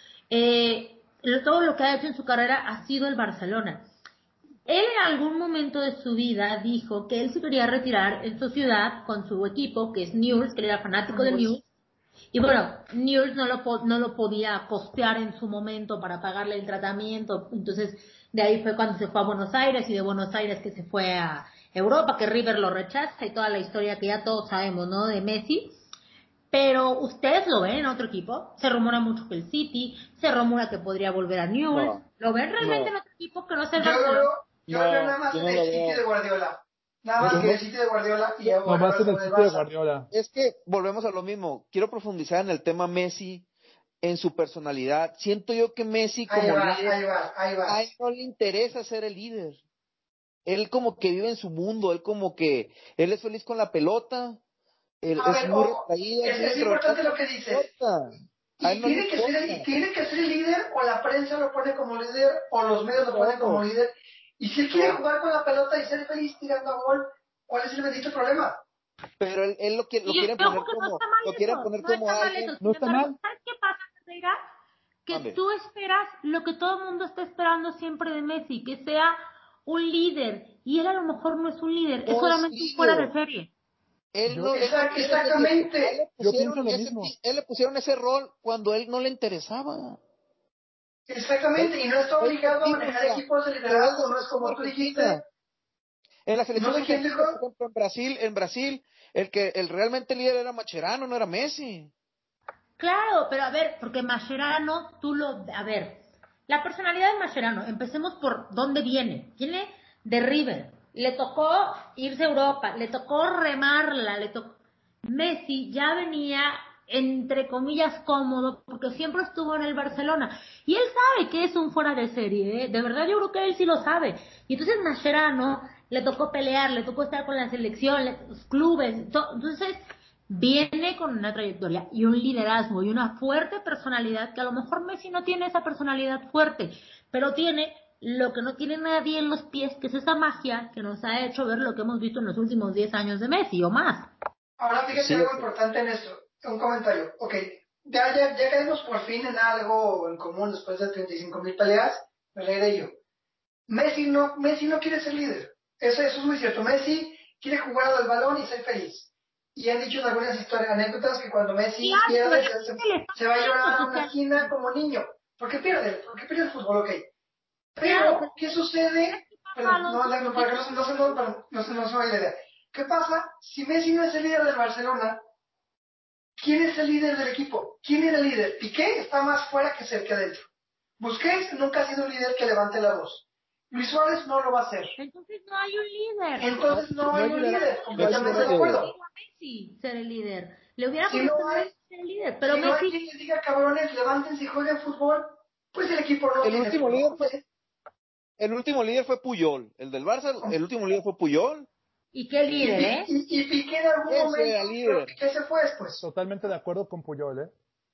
eh, lo- todo lo que ha hecho en su carrera ha sido el Barcelona. Él en algún momento de su vida dijo que él se quería retirar en su ciudad con su equipo, que es Newell's, que él era fanático de Newell's, y bueno, Newell's no lo, po- no lo podía costear en su momento para pagarle el tratamiento, entonces de ahí fue cuando se fue a Buenos Aires y de Buenos Aires que se fue a Europa, que River lo rechaza y toda la historia que ya todos sabemos, ¿no? De Messi. Pero ustedes lo ven en otro equipo, se rumora mucho que el City, se rumora que podría volver a Newell's, No, ¿lo ven realmente no, en otro equipo que no sea el Yo lo Barcelona? veo, yo lo veo no, nada más yo en no el lo City de veo. Guardiola, nada Es más que en que, el City de Guardiola y a nomás Guardiola en se el va del sitio de Barça. Guardiola. es que volvemos a lo mismo. Quiero profundizar en el tema Messi, en su personalidad. Siento yo que Messi Ahí como vas, líder, ahí vas, ahí a él vas. no le interesa ser el líder. Él como que vive en su mundo, él como que, él es feliz con la pelota, él A es ver, muy ojo, retraído, es es, muy es importante introvertido, lo no que le dices. importa. A él Y no le tiene que ser el, y importa. tiene que ser el líder, o la prensa lo pone como líder, o los medios lo ponen como Todo, líder. Y si él quiere todo. jugar con la pelota y ser feliz tirando a gol, ¿cuál es el bendito problema? Pero él, él lo, quiere, lo Y quieren ojo poner que no como, está mal lo quieren eso, poner no como está mal alguien. eso. No Sin está embargo, mal. ¿sabes qué pasa, Ferreira? Que Mande. tú esperas lo que todo el mundo está esperando siempre de Messi, que sea un líder. Y él a lo mejor no es un líder, es No es solamente un fuera de líder. serie. Él Yo, no, él no Exact- quiere ser líder. A él exactamente, le yo pienso pusieron lo ese, mismo. ti- él le pusieron ese rol cuando él no le interesaba. Él, exactamente. Y no está él obligado a decidió, manejar mira, equipos de se va de liderazgo, no es selección como tú dijiste, argentina. En la no selección sé quién dijo, argentina, por ejemplo, en Brasil, en Brasil, el que el realmente líder era Macherano, no era Messi. Claro, pero a ver, porque Mascherano, tú lo... A ver, la personalidad de Mascherano, empecemos por dónde viene. Viene de River. Le tocó irse a Europa, le tocó remarla, le tocó... Messi ya venía, entre comillas, cómodo, porque siempre estuvo en el Barcelona. Y él sabe que es un fuera de serie, ¿eh? De verdad yo creo que él sí lo sabe. Y entonces Mascherano le tocó pelear, le tocó estar con la selección, los clubes, to- entonces viene con una trayectoria y un liderazgo y una fuerte personalidad que a lo mejor Messi no tiene esa personalidad fuerte, pero tiene lo que no tiene nadie en los pies, que es esa magia que nos ha hecho ver lo que hemos visto en los últimos diez años de Messi o más. ahora fíjate Sí, algo ok. importante en esto, un comentario, ok, ya, ya, ya caemos por fin en algo en común después de treinta y cinco mil peleas, me alegré yo. Messi no, Messi no quiere ser líder. Eso, eso es muy cierto. Messi quiere jugar al balón y ser feliz. Y han dicho en algunas historias, anécdotas, que cuando Y Messi algo, pierde, ¿verdad? se, se, Que le está se va a llorar haciendo a una esquina socialmente. como niño. ¿Por qué pierde? ¿Por qué pierde el fútbol? Ok. Claro, Pero, pero ¿qué ¿sabes sucede? qué pasa, Perdón, no, Alonso? no, no, Que para que no, se- no, se- no, para- no, se- no se vaya la idea. ¿Qué pasa si Messi no es el líder del Barcelona? ¿Quién es el líder del equipo? ¿Quién era el líder? Piqué está más fuera que cerca adentro. Busquets nunca ha sido un líder que levante la voz. Luis Suárez no lo va a hacer. entonces no hay un líder. No, Entonces no no hay hay un liderazgo. líder, No hay completamente ningún de líder. acuerdo. A Messi ser el líder. Le hubiera Si no correspondido hay, ser el líder, pero si no hay Messi, quien les diga, cabrones, levántense y jueguen fútbol, pues el equipo no El tiene último líder fútbol. fue, el último líder fue Puyol. El del Barça, el último líder fue Puyol. y qué Y, líder, Pi- ¿eh? y, y Piqué en algún Ese momento, era pero líder. Piqué se fue después. Totalmente de acuerdo con Puyol, ¿eh?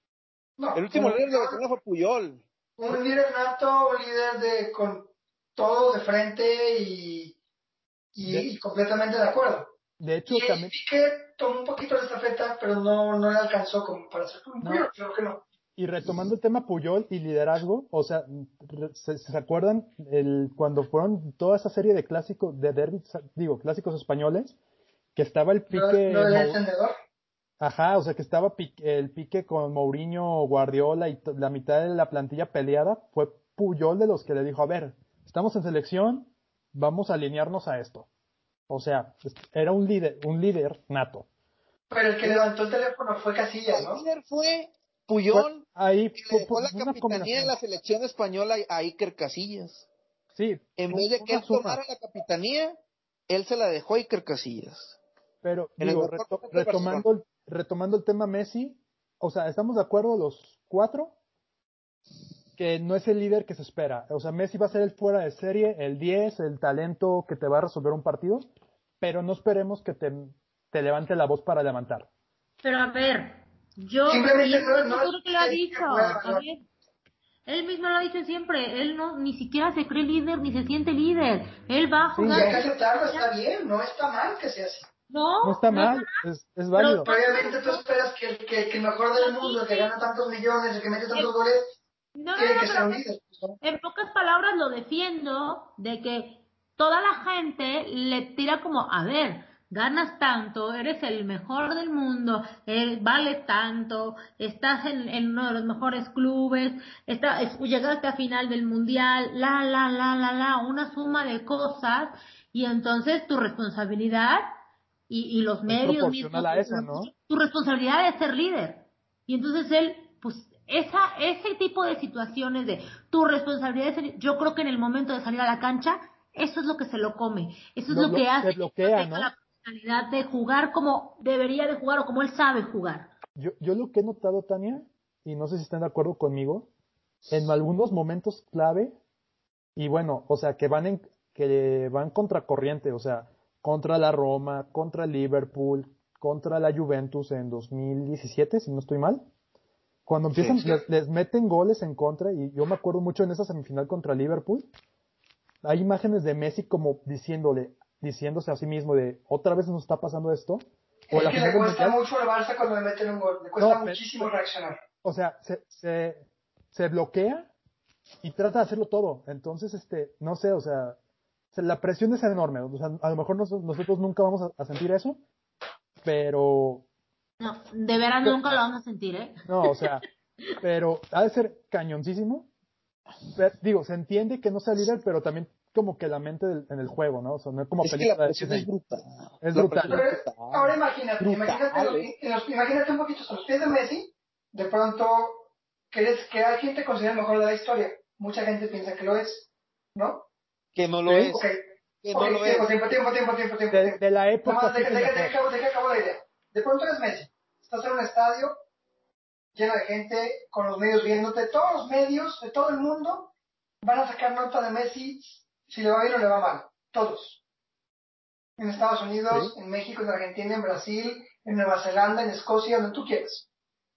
El No, último un, líder de Barcelona fue Puyol. un líder nato, un líder de con todo de frente y, y, De, y completamente de acuerdo. de hecho, Y también, Piqué tomó un poquito de estafeta, pero no, no le alcanzó como para ser un no, Puyol, creo que no. y retomando el tema Puyol y liderazgo, o sea, re- ¿se, se acuerdan el, cuando fueron toda esa serie de clásicos, de derbis, digo, clásicos españoles, que estaba el Lo, lo pique, del Mou- encendedor. ajá, o sea, que estaba pique- el pique con Mourinho, Guardiola y to- la mitad de la plantilla peleada, fue Puyol de los que le dijo, a ver, estamos en selección, vamos a alinearnos a esto. O sea, es- era un líder, un líder nato. Pero el que El, levantó el teléfono fue Casillas, el ¿no? líder fue Fue Puyol, ahí, que le fue, dejó fue la una capitanía de combinación. la selección española a Iker Casillas. Sí, En fue vez de que una él suma. tomara la capitanía, él se la dejó a Iker Casillas. Pero, En el digo, mejor reto- momento de retomando, el, retomando el tema Messi, o sea, ¿estamos de acuerdo los cuatro? Que no es el líder que se espera. O sea, Messi va a ser el fuera de serie, el diez, el talento que te va a resolver un partido, pero no esperemos que te, te levante la voz para levantar. Pero a ver, yo, y Simplemente él no, mismo no creo que lo ha es dicho, que pueda a ganar. ver, él mismo lo ha dicho siempre, él no, ni siquiera se cree líder, ni se siente líder, él va a Sí, Y jugar hay que no, como aceptarlo, quiera. está bien, no está mal que sea así. No, no está no está mal, mal, es, es pero válido. Pero también, obviamente tú no, esperas que el, que, que el mejor del no, mundo, sí, el que sí, gana tantos millones, el que mete tantos en- goles, no, no, tiene no, que pero ser a un ver, líder. Pues, ¿no? en pocas palabras lo defiendo de que toda la gente le tira como, a ver, ganas tanto, eres el mejor del mundo, eh, vales tanto, estás en, en uno de los mejores clubes, está, es- llegaste a final del mundial, la, la, la, la, la, una suma de cosas, y entonces tu responsabilidad y, y los Es medios mismos, proporcional a eso, lo- ¿no? tu responsabilidad es ser líder. Y entonces él, pues, esa, ese tipo de situaciones de tu responsabilidad es ser, yo creo que en el momento de salir a la cancha, eso es lo que se lo come, eso es Lo, lo blo- que hace te que no bloquea, tenga ¿no? la posibilidad de jugar como debería de jugar o como él sabe jugar. Yo, yo lo que he notado, Tania, y no sé si están de acuerdo conmigo, en algunos momentos clave, y bueno, o sea, que van en, que van contracorriente, o sea, contra la Roma, contra el Liverpool, contra la Juventus en dos mil diecisiete, si no estoy mal. Cuando Sí. empiezan, les, les meten goles en contra, y yo me acuerdo mucho en esa semifinal contra Liverpool, hay imágenes de Messi como diciéndole, diciéndose a sí mismo de, otra vez nos está pasando esto, o Es la que final le del cuesta Mundial. mucho al Barça cuando le meten un gol, le cuesta No, pe- muchísimo pe- reaccionar. o sea, se, se, se bloquea y trata de hacerlo todo. Entonces, este, no sé, o sea, se- la presión es enorme. O sea, a lo mejor nos- nosotros nunca vamos a, a sentir eso, pero, No, de veras pe- nunca lo vamos a sentir, ¿eh? no, o sea, pero ha de ser cañoncísimo. Pe- digo, se entiende que no sea líder, pero también como que la mente del- en el juego, ¿no? O sea, no es como Es que la película de presión es Disney. brutal. Es La brutal. presión Pero es brutal. ahora imagínate, imagínate, los, Brutal, ¿eh? en los- imagínate un poquito, a los pies de Messi, de pronto, que, eres, que alguien te considera el mejor de la historia. Mucha gente piensa que lo es, ¿no? Que no lo ¿Sí? es. Ok, Que ok, no lo tiempo, es. tiempo, tiempo, tiempo, tiempo, tiempo, De, tiempo. de la Nada época más, deja, fuiste el deja, mejor. deja, deja, deja, acabo la idea. De pronto eres Messi, estás en un estadio lleno de gente, con los medios viéndote, todos los medios de todo el mundo van a sacar nota de Messi si le va bien o le va mal, todos. En Estados Unidos, Sí. en México, en Argentina, en Brasil, en Nueva Zelanda, en Escocia, donde tú quieras.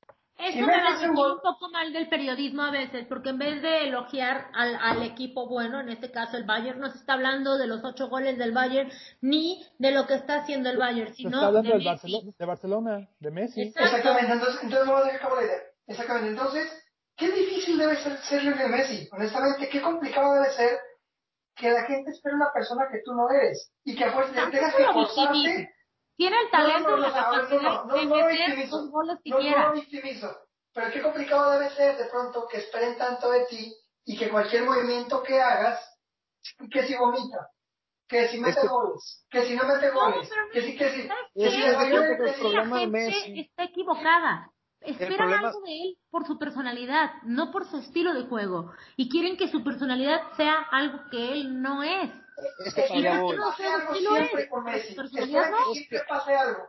Si Eso me Messi la hace un metí gol, un poco mal del periodismo a veces, porque en vez de elogiar al, al equipo bueno, en este caso el Bayern, no se está hablando de los ocho goles del Bayern, ni de lo que está haciendo el Bayern, Se está sino hablando de del Messi. Barcelona, de Barcelona, de Messi. Exacto. exactamente, entonces, entonces vamos a dejar acabo la idea. Exactamente, entonces, qué difícil debe ser ser Lionel Messi, honestamente, qué complicado debe ser que la gente espere una persona que tú no eres y que a fuerza tengas Tampoco que lo victimices. forzarte. Tiene el No, no, talento no, y no, la a ver, no, capacidad no, no, de no lo meter los victimizo, goles que no, no lo quiera. victimizo, pero qué complicado debe ser de pronto que esperen tanto de ti y que cualquier movimiento que hagas, que si vomita, que si Es mete que, goles, que si no mete No, goles, pero que si, que si, ¿sabes que es si que el haz de qué? mayor Yo cuenta que creo el que que la si, problema de gente Messi, está equivocada. el Esperan problema, algo de él por su personalidad, no por su estilo de juego. Y quieren que su personalidad sea algo que él no es. es que para Y allá esperan su que estilo voy. de pase juego algo sí lo es, siempre con pero su Messi, personalidad esperan no. que Es siempre que pase algo.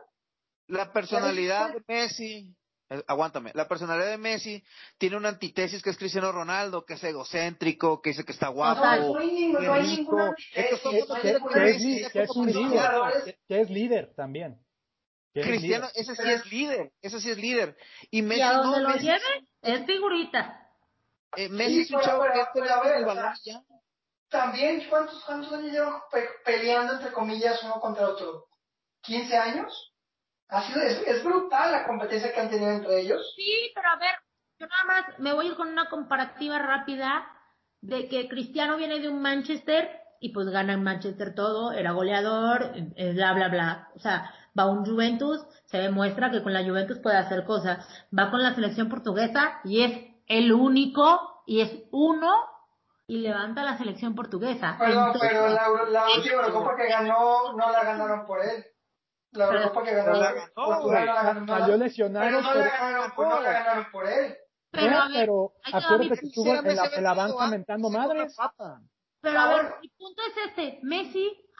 la Ya personalidad después, de Messi, eh, aguántame, la personalidad de Messi tiene una antítesis que es Cristiano Ronaldo, que es egocéntrico, que dice que está no, Total. guapo, no hay, ningún, que no es hay ninguna rico. Estos son antitesis, Que, no hay que, conocidos ninguna que que es, Messi li- ya que antitesis. es como un líder, Claro, Cristiano. ¿vale? que, que es líder también. Que es líder. Cristiano, ese sí Pero, es líder, ese sí es líder. Y Y a Messi donde no, lo Messi lleve es un, es figurita. eh, Messi sí, es un pero, chavo pero, que pero entra a con ver, el o balón sea, y ya. también, ¿cuántos, cuántos años llevan pe peleando, entre comillas, uno contra otro? ¿quince años? Ha sido, es, es brutal la competencia que han tenido entre ellos. Sí, pero a ver, yo nada más me voy a ir con una comparativa rápida de que Cristiano viene de un Manchester y pues gana en Manchester todo, era goleador, eh, bla, bla, bla. O sea, va a un Juventus, se demuestra que con la Juventus puede hacer cosas. Va con la selección portuguesa y es el único y es uno y levanta la selección portuguesa. Perdón, Entonces, pero la, la última Eso, Eurocopa que ganó no la ganaron por él. La pero Eurocopa que pero ganó la ganó, Portugal no güey. la Sa- ganó, no salió la, pero lesionado, no la pero, ganaron, pues no la Ganó. ganaron por él. pero eh, a ver, pero ahí te va mi acuérdate que punto. estuvo en Messi la, haber en la tenido banca antes mentando ese con la madres. pata. Pero a Ah, ver, bueno, mi punto es este, Messi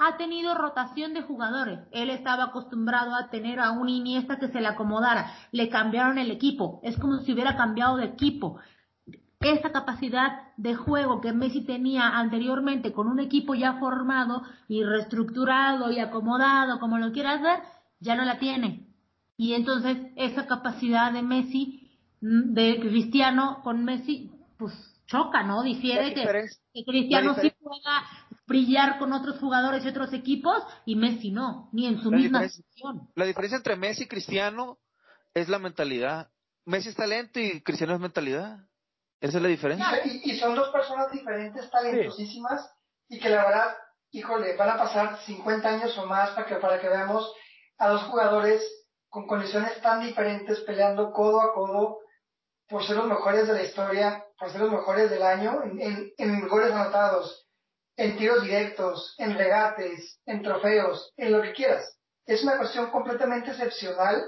ha tenido rotación de jugadores. Él estaba acostumbrado a tener a un Iniesta que se le acomodara. Le cambiaron el equipo. Es como si hubiera cambiado de equipo. Esa capacidad de juego que Messi tenía anteriormente con un equipo ya formado y reestructurado y acomodado, como lo quieras ver, ya no la tiene. Y entonces esa capacidad de Messi, de Cristiano con Messi, pues choca, ¿no? Difiere que, que Cristiano sí pueda brillar con otros jugadores y otros equipos y Messi no, ni en su La misma diferencia, posición. la diferencia entre Messi y Cristiano es la mentalidad. Messi es talento y Cristiano es mentalidad. Esa es la diferencia. Y, y son dos personas diferentes, talentosísimas, sí. Y que la verdad, híjole, van a pasar cincuenta años o más para que, para que veamos a dos jugadores con condiciones tan diferentes peleando codo a codo por ser los mejores de la historia, por ser los mejores del año, en, en, en goles anotados, en tiros directos, en regates, en trofeos, en lo que quieras. Es una cuestión completamente excepcional.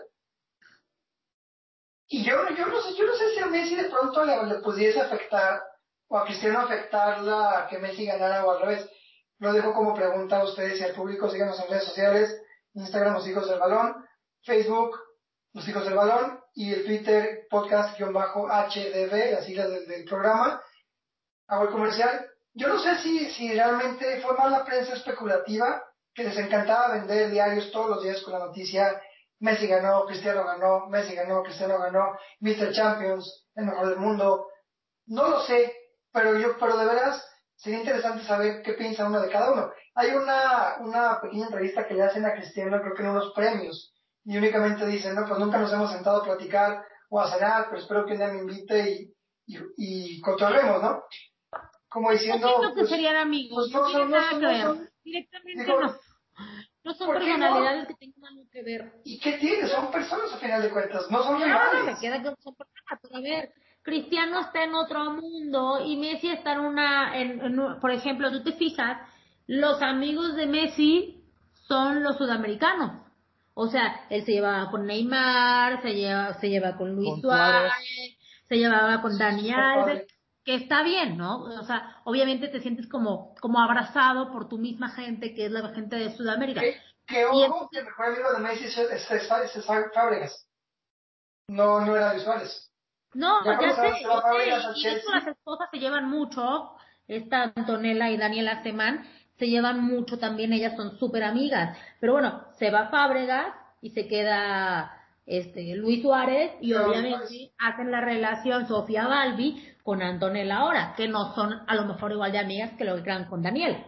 Y yo, yo no sé, yo no sé si a Messi de pronto le, le pudiese afectar, o a Cristiano afectarla a que Messi ganara o al revés. Lo dejo como pregunta a ustedes y al público. Síganos en redes sociales, Instagram Los Hijos del Balón, Facebook Los Hijos del Balón y el Twitter podcast-H D B, las siglas del, del programa. Hago el comercial. Yo no sé si, si realmente fue más la prensa especulativa, que les encantaba vender diarios todos los días con la noticia Messi ganó, Cristiano ganó, Messi ganó, Cristiano ganó, míster Champions, el mejor del mundo. No lo sé, pero yo, pero de veras sería interesante saber qué piensa uno de cada uno. Hay una, una pequeña entrevista que le hacen a Cristiano, creo que en unos premios, y únicamente dicen, no, pues nunca nos hemos sentado a platicar o a cenar, pero espero que un día me invite y, y, y cotorremos, ¿no? Como diciendo, no siento que pues, serían amigos, pues no no tienen son, no nada son, que no ver, son, directamente digo, no. No son ¿por qué no? personalidades que tengan algo que ver. ¿Y qué tiene? Son personas a final de cuentas, no son Claro, rivales. me queda que son personas, pero a ver, Cristiano está en otro mundo y Messi está en una, en, en, por ejemplo, tú te fijas, los amigos de Messi son los sudamericanos. O sea, él se llevaba con Neymar, se lleva, se lleva con Luis Con Suárez. Suárez, se llevaba con Sí, Dani súper Alves, padre. que está bien, ¿no? O sea, obviamente te sientes como, como abrazado por tu misma gente, que es la gente de Sudamérica. Que, que Y ojo, que entonces, el mejor amigo de Messi es, es, es, es, es Fábregas. No, no era Luis Suárez. no, Ya cuando ya se sé, va, se va yo sé, Fábregas a y de hecho las Chelsea, esposas se llevan mucho, esta Antonella y Daniela Semán, se llevan mucho también, ellas son súper amigas, pero bueno, se va Fábregas y se queda este Luis Suárez y quedó Luis Suárez. obviamente hacen la relación Sofía Balbi con Antonella ahora, que no son a lo mejor igual de amigas que lo que eran con Daniel.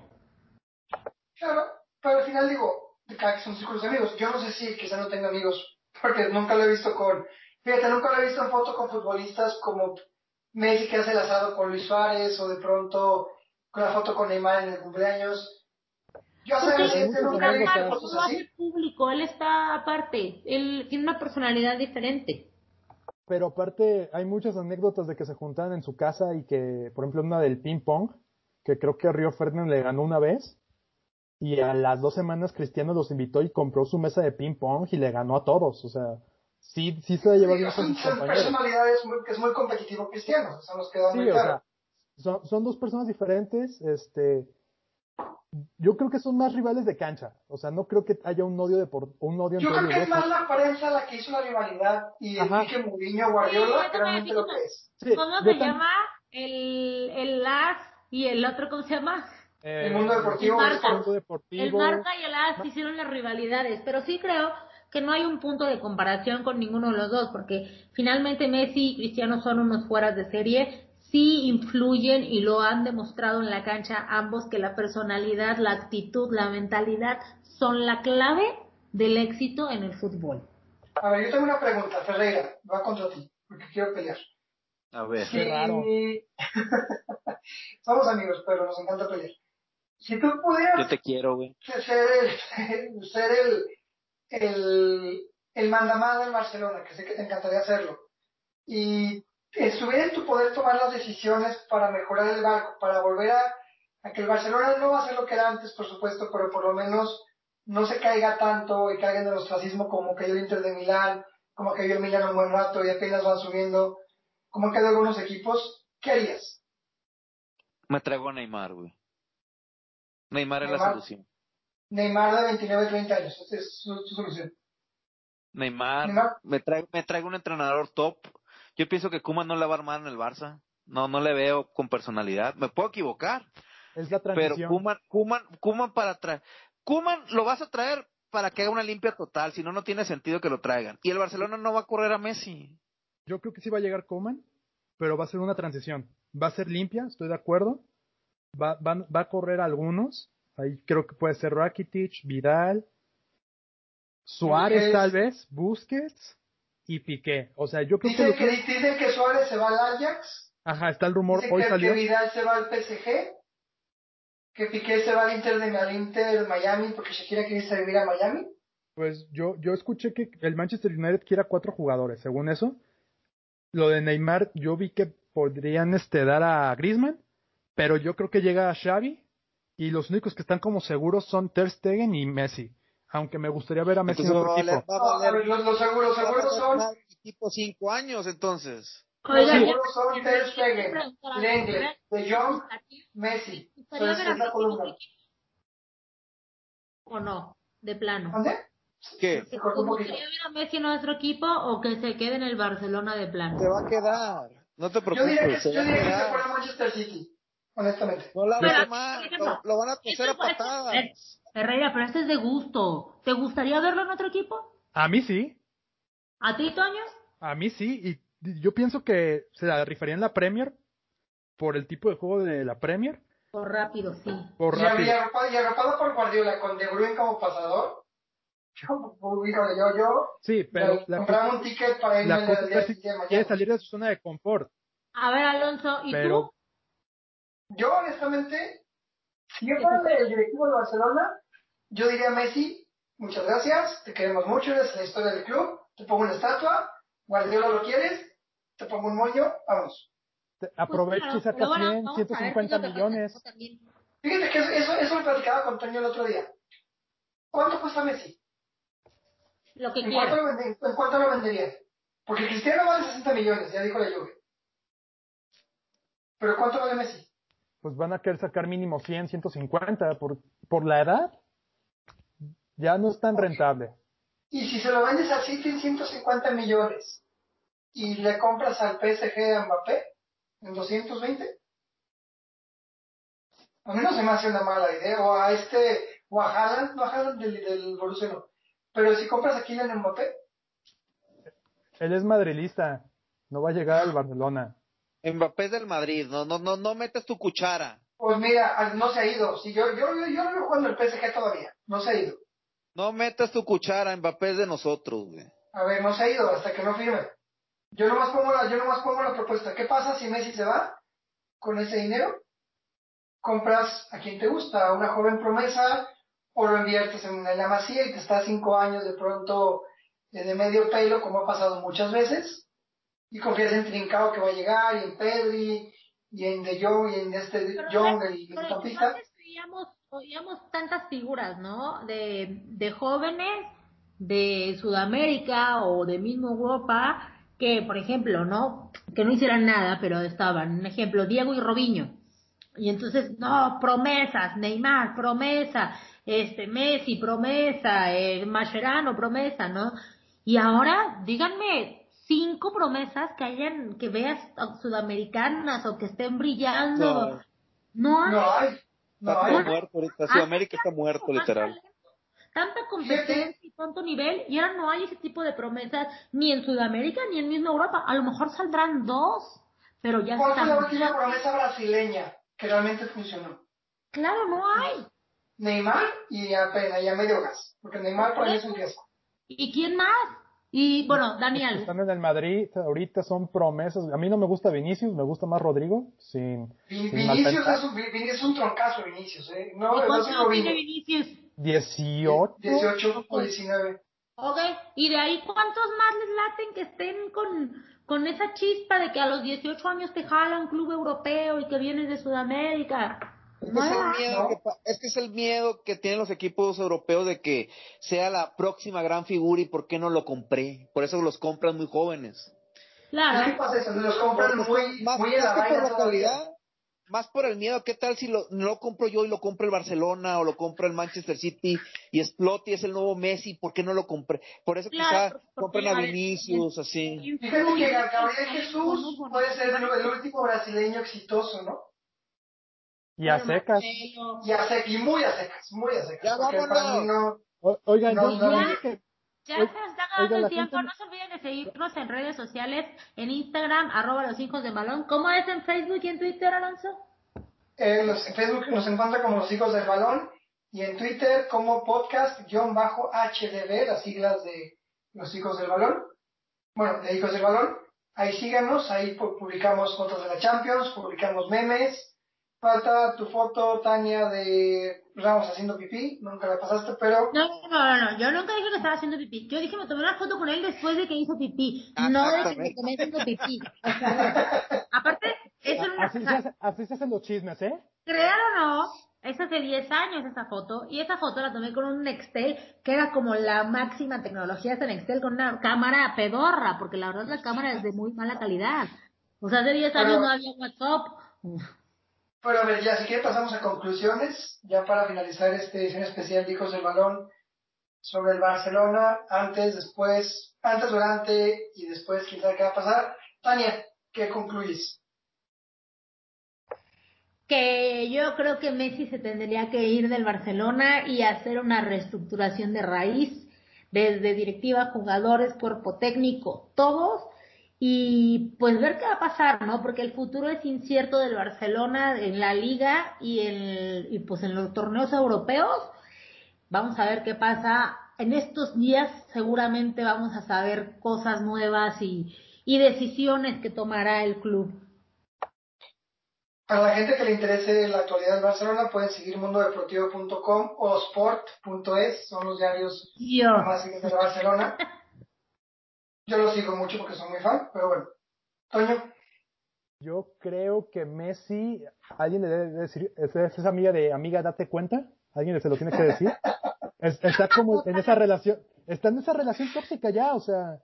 Claro, pero al final digo, de cada que son círculos de amigos. Yo no sé si quizá no tenga amigos, porque nunca lo he visto con, fíjate, nunca lo he visto en foto con futbolistas como Messi que hace el asado con Luis Suárez, o de pronto con la foto con Neymar en el cumpleaños. Yo a Porque él C R siete muchas nunca está le he visto anécdotas. aparte, fotos no lo hace así. público, él está aparte, él tiene una personalidad diferente. Pero aparte, hay muchas anécdotas de que se juntaban en su casa y que, por ejemplo, una del ping pong, que creo que Río Ferdinand le ganó una vez, y a las dos semanas Cristiano los invitó y compró su mesa de ping pong y le ganó a todos. O sea, sí, sí se lleva bien con Son, sus son compañeros. personalidades muy, que es muy competitivo cristiano, eso nos queda muy Sí, o claro. sea, son, son dos personas diferentes, este, yo creo que son más rivales de cancha. O sea, no creo que haya un odio de por, un odio Yo entre creo ellos que es dos. más la prensa la que hizo la rivalidad y el Ajá. pique Mourinho Sí, Guardiola yo que también, así realmente lo como, que es. Sí, ¿cómo yo se también. llama? El, el As y el otro, ¿cómo se llama? El mundo Eh, El deportivo o el Marca. sport. Mundo El Deportivo. Marca y el As Ma- hicieron las rivalidades, pero sí creo que no hay un punto de comparación con ninguno de los dos, porque finalmente Messi y Cristiano son unos fueras de serie, sí influyen y lo han demostrado en la cancha ambos que la personalidad, la actitud, la mentalidad son la clave del éxito en el fútbol. A ver, yo tengo una pregunta, Ferreira, va contra ti, porque quiero pelear. A ver. Qué raro. Si somos amigos, pero nos encanta pelear. Si tú Yo pudieras te quiero, güey. ser el, ser el, el, el mandamás del Barcelona, que sé que te encantaría hacerlo, y estuviera en tu poder tomar las decisiones para mejorar el barco, para volver a, a que el Barcelona no va a ser lo que era antes, por supuesto, pero por lo menos no se caiga tanto y caiga en el ostracismo como cayó el Inter de Milán, como cayó el Milán un buen rato y apenas van subiendo, como han caído algunos equipos. ¿Qué harías? Me traigo a Neymar, güey. Neymar es la Neymar, solución. Neymar de veintinueve, treinta años. Esa es su, su solución. Neymar, Neymar. me trae, me trae un entrenador top. Yo pienso que Koeman no la va a armar en el Barça. No, no le veo con personalidad. Me puedo equivocar, Es la pero transición. Koeman, Koeman, Koeman para traer, Koeman lo vas a traer para que haga una limpia total, si no, no tiene sentido que lo traigan. Y el Barcelona no va a correr a Messi. Yo creo que sí va a llegar Koeman, pero va a ser una transición. Va a ser limpia, estoy de acuerdo. Va, va, va a correr algunos. Ahí creo que puede ser Rakitic, Vidal, Suárez Busquets. tal vez, Busquets y Piqué. O sea, yo creo Dicen que... que, Lo... dicen que Suárez se va al Ajax. Ajá, está el rumor, Dicen hoy que, salió. que Vidal se va al P S G. Que Piqué se va al Inter de al Inter Miami porque Shakira quiere irse a vivir a Miami. Pues yo, yo escuché que el Manchester United quiere a cuatro jugadores, según eso. Lo de Neymar, yo vi que podrían este, dar a Griezmann, pero yo creo que llega a Xavi y los únicos que están como seguros son Ter Stegen y Messi. Aunque me gustaría ver a Messi Entonces en va otro a valer, equipo. va a No, a valer, ver, los, los seguros, va a seguros valer son, más el equipo cinco años, entonces. los Oigan, ya seguros son me Ter Stegen, preguntar algo. Lenglet, De ¿Me Jong, gustaría, Messi. me Eso gustaría es, ver a es la Messi en otro columna. equipo o no? De plano. ¿Dónde? ¿Qué? Se cortó ¿Te un poquito. gustaría ver a Messi en nuestro equipo o que se quede en el Barcelona de plano? Se va a quedar. No te Yo diría que, preocupes, se yo va a diría que se quedar. fuera a Manchester City, honestamente. No la Yo Pero, va a creo, armar, por lo, ejemplo, lo van a esto, coser a esto- eh, patadas. Herrera, pero este es de gusto. ¿Te gustaría verlo en otro equipo? a mí sí, ¿A ti, Toño? a mí sí, y yo pienso que se la rifaría en la Premier por el tipo de juego de la Premier, Por rápido, sí. por Y, rápido. y, arropado, y arropado por Guardiola, con De Bruyne como pasador. Yo, híjole, yo, yo, Sí, pero me la compraba cosa, un ticket para irme la al, cosa al es día ver si siguiente de quiere mañana. salir de su zona de confort, A ver, Alonso, ¿y pero tú? Yo, honestamente, si yo ¿Qué fuera te el directivo de Barcelona, yo diría a Messi, muchas gracias, te queremos mucho, eres la historia del club, te pongo una estatua, Guardiola lo quieres, te pongo un mollo, vamos. te- Pues aprovecha y claro, saca pero bueno, cien, vamos ciento a ver qué es cincuenta lo que pasa, ¿no? millones. También. Fíjate que eso, eso, eso lo platicaba con Toño el otro día. ¿Cuánto cuesta Messi? Lo que ¿En cuánto quieras. lo, vende- en cuánto lo venderías? Porque Cristiano vale sesenta millones, ya dijo la Juve. Pero ¿cuánto vale Messi? Pues van a querer sacar mínimo cien, ciento cincuenta por, por la edad, ya no es tan Ok. rentable. Y si se lo vendes al City en ciento cincuenta millones y le compras al P S G a Mbappé en doscientos veinte, a mí no se me hace una mala idea. O a este, o a Haaland, no a Haaland del, del Borussia no. Pero si compras a Kylian Mbappé, Él es madrilista, no va a llegar al Barcelona. Mbappé es del Madrid, no, no, no, no metes tu cuchara. pues mira, al- no se ha ido. Si yo, yo, yo, yo lo veo jugando el P S G todavía. No se ha ido. No metas tu cuchara, Mbappé es de nosotros, güey. A ver, no se ha ido hasta que no firme. Yo nomás pongo la, yo nomás pongo la propuesta. ¿Qué pasa si Messi se va con ese dinero? Compras a quien te gusta, a una joven promesa, o lo inviertes en la Masía y te está cinco años de pronto eh, de medio pelo, como ha pasado muchas veces, y confías en Trincao que va a llegar, y en Pedri, y en De Jong, y en este Pero, Jong, ¿ves? el Por ejemplo, mediocampista. antes oíamos, oíamos tantas figuras, ¿no? De, de jóvenes de Sudamérica o de mismo Europa que, por ejemplo, ¿no? Que no hicieran nada, pero estaban. Un ejemplo, Diego y Robinho. Y entonces, no, promesas, Neymar, promesa, este, Messi, promesa, eh, Mascherano, promesa, ¿no? Y ahora, díganme, cinco promesas que hayan, que veas uh, sudamericanas o que estén brillando. No, No No hay, hay, está no no todo hay. hay. muerto ahorita. Antes Sudamérica está había muerto, como más literal. talento, tanta Fíjate, competencia y tanto nivel, y ahora no hay ese tipo de promesas ni en Sudamérica ni en misma Europa. A lo mejor saldrán dos, pero ya ¿cuál fue la están última grandes. promesa brasileña que realmente funcionó? Claro, no hay. Neymar y apenas, y a medio gas, porque Neymar Por para mí es eso. un riesgo. ¿Y quién más? Y bueno, Los que Daniel, están en el Madrid ahorita son promesas. A mí no me gusta Vinicius, me gusta más Rodrigo, sin, Vin- sin mal Vinicius es pensar. un, Vin- es un troncazo, Vinicius, ¿eh? No, ¿y no cuántos soy años tiene Robinho. Vinicius? Die- dieciocho. dieciocho Ok, o diecinueve. ok. ¿Y de ahí cuántos más les laten que estén con, con esa chispa de que a los dieciocho años te jala un club europeo y que vienes de Sudamérica? Es que No es el la hay. miedo que ¿No? pa- es que es el miedo que tienen los equipos europeos de que sea la próxima gran figura y por qué no lo compré. Por eso los compran muy jóvenes. Es que Claro. pasa eso, los compran Porque son muy, más muy en más la que por vaina la todavía. calidad, más por el miedo, ¿qué tal si lo, no lo compro yo y lo compra el Barcelona o lo compra el Manchester City y explote y es el nuevo Messi? ¿Por qué no lo compré? Por eso Claro, quizá porque, compren porque, a a ver, Vinicius, así. Fíjate que influye Gabriel el Jesús talento, ¿no? puede ser el, Bueno, el último brasileño exitoso, ¿no? Y a Pedro secas. Marcelo. Y, a sec- y muy a secas, muy a secas, ¡Ya porque para mí vámonos! no, O- oigan, yo, no, yo no, vi Ya, que, ya oi- se nos está acabando oigan, el la tiempo. gente, No se olviden de seguirnos en redes sociales, en Instagram, arroba los hijos de balón. ¿Cómo es en Facebook y en Twitter, Alonso? eh, los- en Facebook nos encuentra como Los Hijos del Balón y en Twitter como podcast-H D B, las siglas de Los Hijos del Balón. Bueno, de Hijos del Balón. Ahí síganos, ahí pu- publicamos fotos de la Champions, publicamos memes. Falta tu foto, Tania, de Ramos haciendo pipí, nunca la pasaste, pero No, no, no, no, yo nunca dije que estaba haciendo pipí. Yo dije que me tomé una foto con él después de que hizo pipí, no de que me Exactamente. tomé haciendo pipí. O sea, a ver, aparte, eso a- era una, o así se, sea, hace- así se hacen los chismes, ¿eh? crean o no, es hace diez años esa foto, y esa foto la tomé con un Nextel, que era como la máxima tecnología esta Nextel, con una cámara pedorra, porque la verdad la cámara es de muy mala calidad. O sea, hace diez años no pero había WhatsApp. Uf. Pero a ver, ya si quieren pasamos a conclusiones, ya para finalizar esta edición especial de Hijos del Balón sobre el Barcelona, antes, después, antes, durante y después, quién sabe qué va a pasar. Tania, ¿qué concluyes? Que yo creo que Messi se tendría que ir del Barcelona y hacer una reestructuración de raíz, desde directiva, jugadores, cuerpo técnico, todos, y pues ver qué va a pasar, ¿no? Porque el futuro es incierto del Barcelona en la liga y, en, y pues en los torneos europeos. Vamos a ver qué pasa. En estos días seguramente vamos a saber cosas nuevas y, y decisiones que tomará el club. Para la gente que le interese la actualidad del Barcelona, pueden seguir mundo deportivo punto com o sport punto es, son los diarios Dios. más seguidos de Barcelona. Yo los sigo mucho porque soy muy fan, pero bueno. Toño, Yo creo que Messi, alguien le debe decir, es, es esa amiga de amiga, date cuenta, alguien se lo tiene que decir. Es- está como en esa relación, está en esa relación tóxica ya, o sea,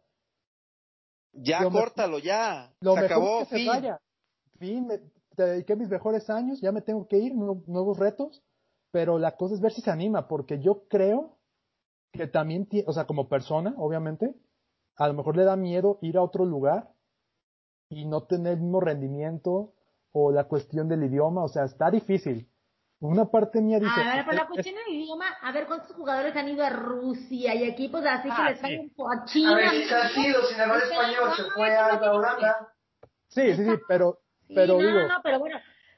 Ya lo, me- córtalo, ya. lo Se mejor es acabó, que se fin. vaya. Fin, me- te dediqué mis mejores años, ya me tengo que ir, nu- nuevos retos, pero la cosa es ver si se anima, porque yo creo que también, tie- o sea, como persona, obviamente, a lo mejor le da miedo ir a otro lugar y no tener el mismo rendimiento o la cuestión del idioma, o sea, está difícil. Una parte mía A dice, ver, por estoy, la es- cuestión del idioma, a ver cuántos jugadores han ido a Rusia y equipos así que ah, les sí, salen a a China, ver si ha ¿no? sido sin hablar Espera, español, no, se fue eso a no tiene que ver. Holanda. sí, sí, sí, Exacto. pero, Sí, pero no, no, digo, no, pero bueno,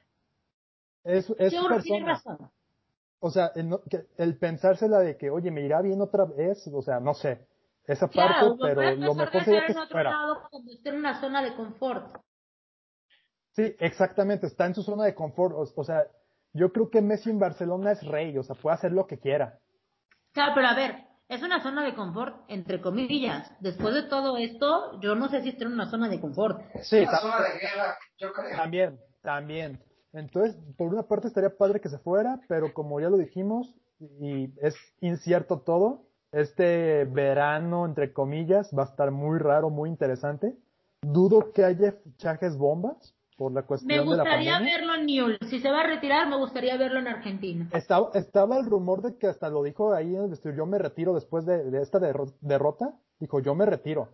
es, es su seguro tienes persona. razón. O sea, el, no- que- el pensársela de que, oye, me irá bien otra vez, o sea, no sé, esa parte, Claro, va a pero lo empezar mejor de sería ser que en se otro fuera. lado cuando esté en una zona de confort. Sí, exactamente, está en su zona de confort, o, o sea, yo creo que Messi en Barcelona es rey, o sea, puede hacer lo que quiera. Claro, pero a ver, es una zona de confort, entre comillas. Después de todo esto, yo no sé si está en una zona de confort. Es Sí, una ta- zona de guerra, yo creo. también, también. Entonces, por una parte estaría padre que se fuera, pero como ya lo dijimos, y es incierto todo, este verano, entre comillas, va a estar muy raro, muy interesante. Dudo que haya fichajes bombas por la Me cuestión de la gustaría pandemia. verlo en Newell's. Si se va a retirar, me gustaría verlo en Argentina. Estaba, estaba el rumor de que hasta lo dijo ahí en el vestidor, yo me retiro después de, de esta derro- derrota. Dijo, yo me retiro.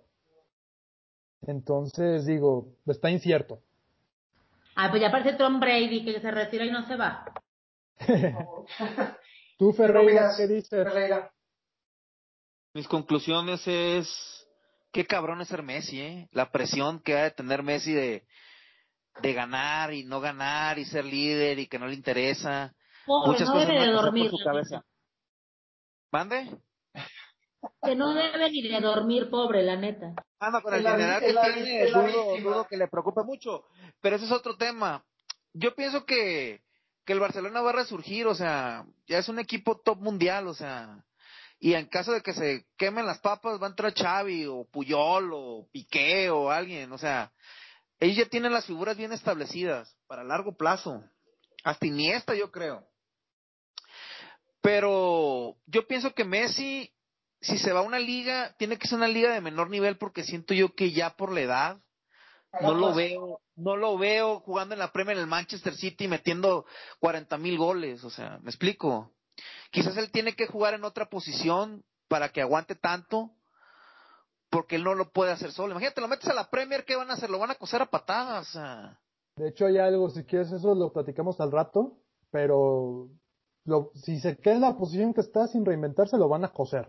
Entonces, digo, está incierto. Ah, pues ya parece Tom Brady que se retira y no se va. Por favor. Tú, ¿Tú qué Ferreira, ¿qué opinas, dices? Ferreira? Mis conclusiones es, qué cabrón es ser Messi, ¿eh? La presión que ha de tener Messi de, de ganar y no ganar y ser líder y que no le interesa. Pobre, Muchas no cosas debe van de a pasar por dormir, su la cabeza. neta. ¿Mande? Que no debe ni de dormir, pobre, la neta. Ah, no, con Es el la, vi- dineral es que la, vi- tiene, es la dudo, víctima. dudo que le preocupe mucho. Pero ese es otro tema. Yo pienso que, que el Barcelona va a resurgir, o sea, ya es un equipo top mundial, o sea, y en caso de que se quemen las papas, va a entrar Xavi o Puyol o Piqué o alguien, o sea, ellos ya tienen las figuras bien establecidas para largo plazo. Hasta Iniesta, yo creo. Pero yo pienso que Messi, si se va a una liga, tiene que ser una liga de menor nivel porque siento yo que ya por la edad, no lo veo, no lo veo jugando en la Premier en el Manchester City metiendo cuarenta mil goles, o sea, ¿me explico? Quizás él tiene que jugar en otra posición para que aguante tanto, porque él no lo puede hacer solo. Imagínate, lo metes a la Premier, ¿qué van a hacer? Lo van a coser a patadas. O sea. De hecho, hay algo, si quieres eso lo platicamos al rato, pero lo, si se queda en la posición que está sin reinventarse, lo van a coser.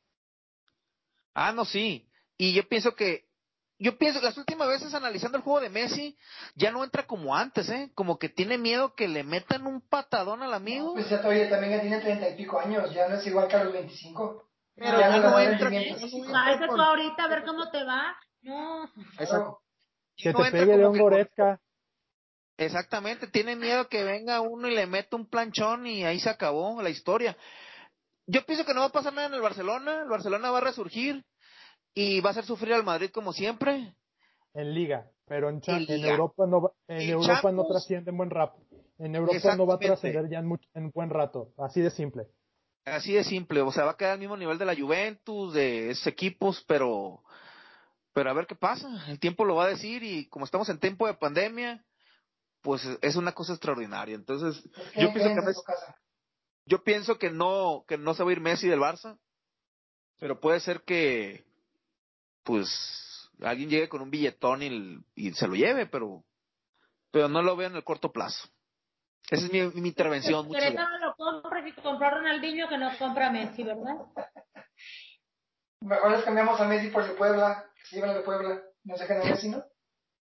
Ah, no, sí. Y yo pienso que, yo pienso, las últimas veces analizando el juego de Messi, ya no entra como antes, ¿eh? Como que tiene miedo que le metan un patadón al amigo. No, pues ya todavía también ya tiene treinta y pico años, ya no es igual que a los veinticinco. Pero ya ya no, no da entra. rendimiento. Cállate tú ahorita a ver cómo te va. No. Exacto. Que No te entra pegue como León que- Goretzka. Exactamente, tiene miedo que venga uno y le meta un planchón y ahí se acabó la historia. Yo pienso que no va a pasar nada en el Barcelona, el Barcelona va a resurgir y va a hacer sufrir al Madrid como siempre. En Liga, pero en, cha- En en Liga. Europa no va- en En Europa no Champions, trasciende en buen rato. En Europa no va a exactamente. trascender ya en, mucho, en buen rato, así de simple. Así de simple, o sea, va a quedar al mismo nivel de la Juventus, de esos equipos, pero, pero a ver qué pasa. El tiempo lo va a decir y como estamos en tiempo de pandemia, pues es una cosa extraordinaria. Entonces, Pues yo qué pienso que en su casa. yo pienso que no, que no se va a ir Messi del Barça, pero puede ser que, pues, alguien llegue con un billetón y, y se lo lleve, pero, pero no lo veo en el corto plazo. Esa es mi, mi intervención. Muchas gracias. Querétaro lo compra y compró a Ronaldinho que no compra a Messi, ¿verdad? Mejor les cambiamos a Messi por el Puebla, que se llevan al Puebla, no sé qué no Messi, ¿no?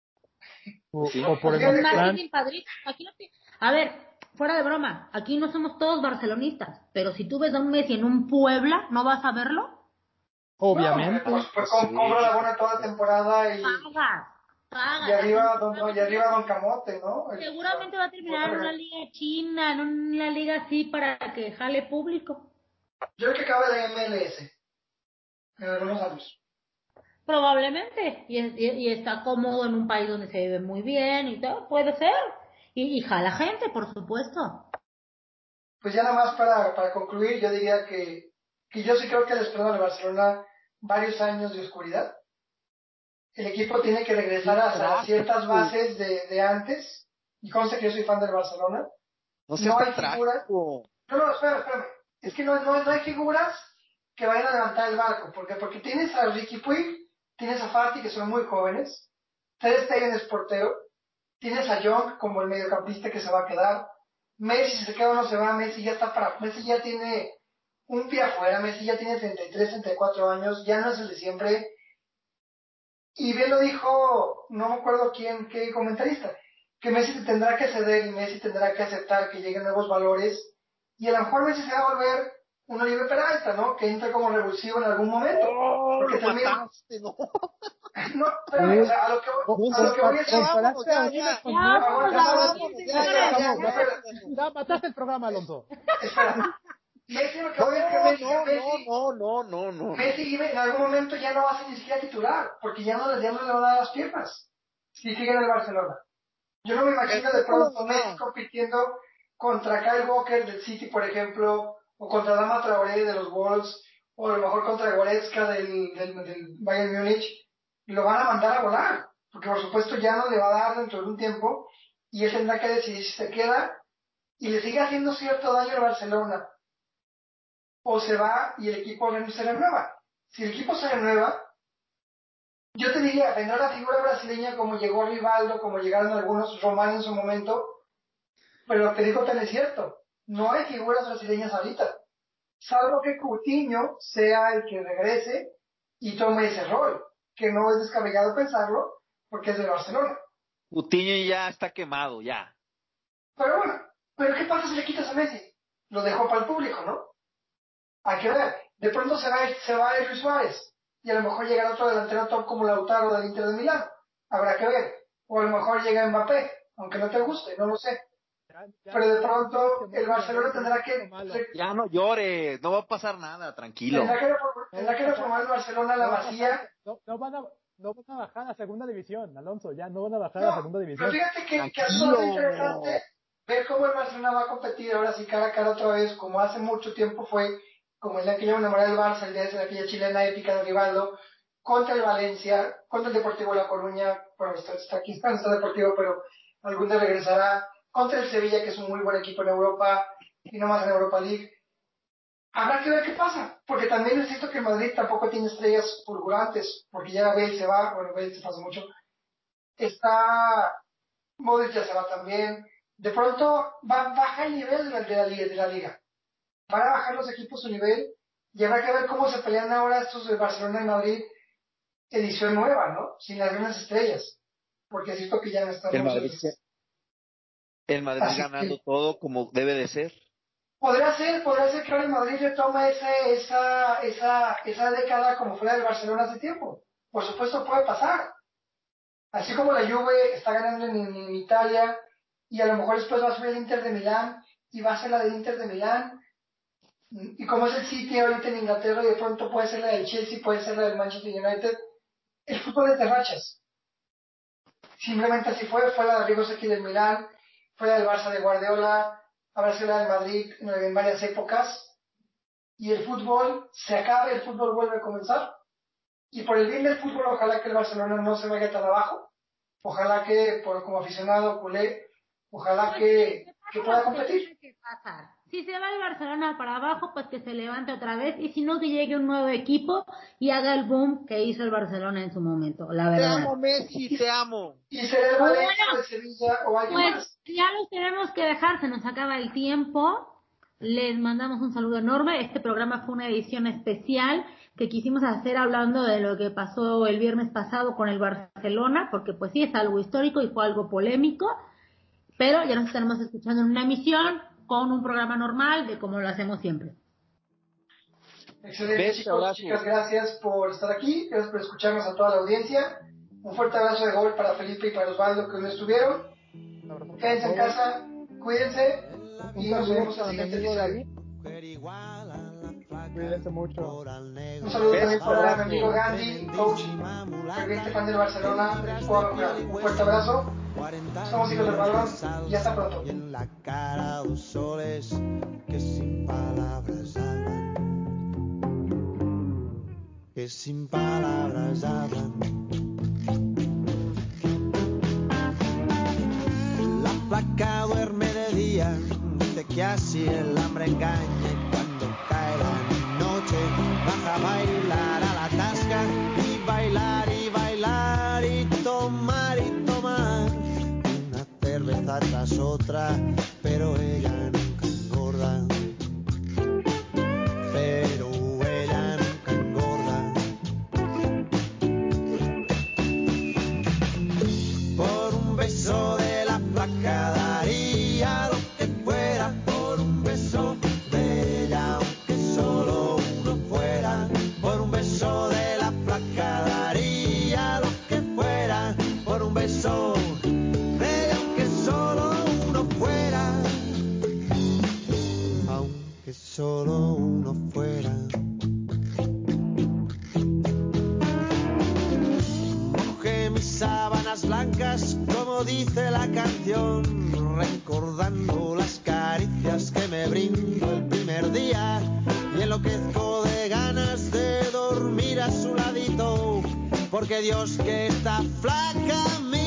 O, Sí. o por el Fíjate que- Nadie Mazatlán. sin padrino. Aquí no te- A ver, fuera de broma, aquí no somos todos barcelonistas, pero si tú ves a un Messi en un Puebla, ¿no vas a verlo? Obviamente. No, pues, pues Sí. com- compra la buena toda temporada y, Pagas, pagas. y arriba Aquí- don, y arriba Don Camote, ¿no? El- Seguramente va a terminar en una liga china, en una liga así para que jale público. Yo creo que acaba de M L S en algunos años. Probablemente. Y, y- y está cómodo en un país donde se vive muy bien y todo, puede ser. Y, y jala gente, por supuesto. Pues ya nada más para, para concluir, yo diría que, que yo sí creo que les espera al Barcelona varios años de oscuridad. El equipo tiene que regresar a, a ciertas bases de, de antes. Y conste que yo soy fan del Barcelona. No seas No hay tan figuras. trágico. No, no, espera, espérame. Es que no, no, no hay figuras que vayan a levantar el barco. ¿Por qué? Porque tienes a Ricky Puig, tienes a Fati, que son muy jóvenes. Ter Stegen es portero. Tienes a Young como el mediocampista que se va a quedar. Messi, si se queda o no se va, Messi ya está para. Messi ya tiene un pie afuera. Messi ya tiene treinta y tres, treinta y cuatro años. Ya no es el de siempre. Y bien lo dijo, no me acuerdo quién, qué comentarista, que Messi tendrá que ceder y Messi tendrá que aceptar que lleguen nuevos valores. Y a lo mejor Messi se va a volver un Oribe Peralta, ¿no? Que entre como revulsivo en algún momento. Oh, Porque lo también. mataste, ¿no? No, espérame, o sea, a lo que, O- a lo que voy es Ya que. vámonos, ya, comparaste ya. a con Ya, Messi. vámonos, Aguanta, Ya, vámonos, aguanta, ya, señores. espera, ya, espera, ya, espera, ya mataste el programa, Alonso. espera. Messi lo que No, voy es que Messi, no, Messi, no, no, no, no, no. Messi en algún momento ya no va a ser ni siquiera titular, porque ya no, ya no le van a dar las piernas si sigue en el Barcelona. Yo no me imagino de pronto Messi compitiendo contra Kyle Walker del City, por ejemplo, o contra Dama Traoré de los Wolves, o a lo mejor contra Goretzka del, del, del Bayern Múnich, y lo van a mandar a volar, porque por supuesto ya no le va a dar dentro de un tiempo, y él tendrá que decidir si se queda y le sigue haciendo cierto daño al Barcelona, o se va y el equipo se renueva. Si el equipo se renueva, yo te diría, vendrá la figura brasileña como llegó Rivaldo, como llegaron algunos romanos en su momento, pero lo que dijo tal es cierto, no hay figuras brasileñas ahorita, salvo que Coutinho sea el que regrese y tome ese rol, que no es descabellado pensarlo, porque es de Barcelona. Coutinho ya está quemado, ya. Pero bueno, pero ¿qué pasa si le quitas a Messi? Lo dejó para el público, ¿no? Hay que ver, de pronto se va, se va a Luis Suárez, y a lo mejor llega otro delantero top como Lautaro del Inter de Milán, habrá que ver, o a lo mejor llega Mbappé, aunque no te guste, no lo sé. Ya, ya, Pero de ya, pronto ya, el Barcelona tendrá que, malo. Ya no llores, no va a pasar nada, tranquilo. tendrá que, reform- No tendrá va que a pasar- reformar el Barcelona a la no va a Masía. pasar- no- no van a, no van a bajar a segunda división, Alonso, ya no van a bajar a No, segunda pero división. fíjate que, que ha sido Tranquilo. interesante ver cómo el Barcelona va a competir ahora sí cara a cara otra vez, como hace mucho tiempo fue, como el día que yo me enamoré del Barça, el día de aquella chilena épica de Rivaldo, contra el Valencia, contra el Deportivo La Coruña, bueno, está, está aquí, está, está Deportivo, pero algún día regresará, contra el Sevilla, que es un muy buen equipo en Europa, y no más en Europa League. Habrá que ver qué pasa, porque también es cierto que el Madrid tampoco tiene estrellas fulgurantes, porque ya Bale se va, bueno, Bale se pasa mucho, está Modric ya se va también, de pronto va, baja el nivel de la, de la, de la liga, van a bajar los equipos su nivel, y habrá que ver cómo se pelean ahora estos de Barcelona y Madrid, edición nueva, ¿no? Sin las grandes estrellas, porque es cierto que ya no están El muchos. Madrid, el Madrid Así ganando que, todo como debe de ser. podrá ser, podrá ser que ahora el Madrid retome ese, esa, esa, esa década como fuera del Barcelona hace tiempo. Por supuesto puede pasar. Así como la Juve está ganando en, en Italia y a lo mejor después va a subir el Inter de Milán y va a ser la del Inter de Milán. Y como es el City ahorita en Inglaterra y de pronto puede ser la del Chelsea, puede ser la del Manchester United, el fútbol es de rachas. Simplemente así fue, fue la de Rigo Seki del Milán, fue la del Barça de Guardiola, habrá sido la del Madrid en varias épocas, y el fútbol se acaba y el fútbol vuelve a comenzar. Y por el bien del fútbol, ojalá que el Barcelona no se vaya tan abajo, ojalá que, por, como aficionado culé, ojalá que, que pueda competir. Si se va el Barcelona para abajo, pues que se levante otra vez, y si no, que llegue un nuevo equipo y haga el boom que hizo el Barcelona en su momento, la verdad. Te amo, Messi, te amo. Y será el Valencia o el Sevilla o alguien pues, más. Ya los tenemos que dejar, se nos acaba el tiempo. Les mandamos un saludo enorme. Este programa fue una edición especial que quisimos hacer hablando de lo que pasó el viernes pasado con el Barcelona, porque pues sí, es algo histórico y fue algo polémico, pero ya nos estaremos escuchando en una emisión con un programa normal de como lo hacemos siempre. Excelente, chicos, chicas, gracias por estar aquí, gracias por escucharnos a toda la audiencia. Un fuerte abrazo de gol para Felipe y para Osvaldo que hoy estuvieron. Quédense en casa, cuídense y nos vemos en el siguiente episodio. Cuídense mucho. Un saludo también para mi amigo Gandhi, coach, ferviente fan del Barcelona, del equipo Abajo. Un fuerte abrazo. Somos hijos del balón y hasta pronto. En la cara dos soles que sin palabras hablan, que sin palabras hablan. La placa duerme de día, dice que así el hambre engaña, y cuando cae la noche baja a bailar a la tasca, y bailar y bailar y tomar y tomar una cerveza tras otra, pero ella nunca engorda, pero ella nunca engorda. Por un beso de la placa daría lo que fuera, por un beso de ella, aunque solo uno fuera. Por un beso de la placa daría lo que fuera, por un beso de ella, aunque solo uno fuera, aunque solo uno fuera. Mojé mis sábanas blancas, como dice la canción, recordando las caricias que me brindó el primer día, y enloquezco de ganas de dormir a su ladito, porque Dios que esta flaca me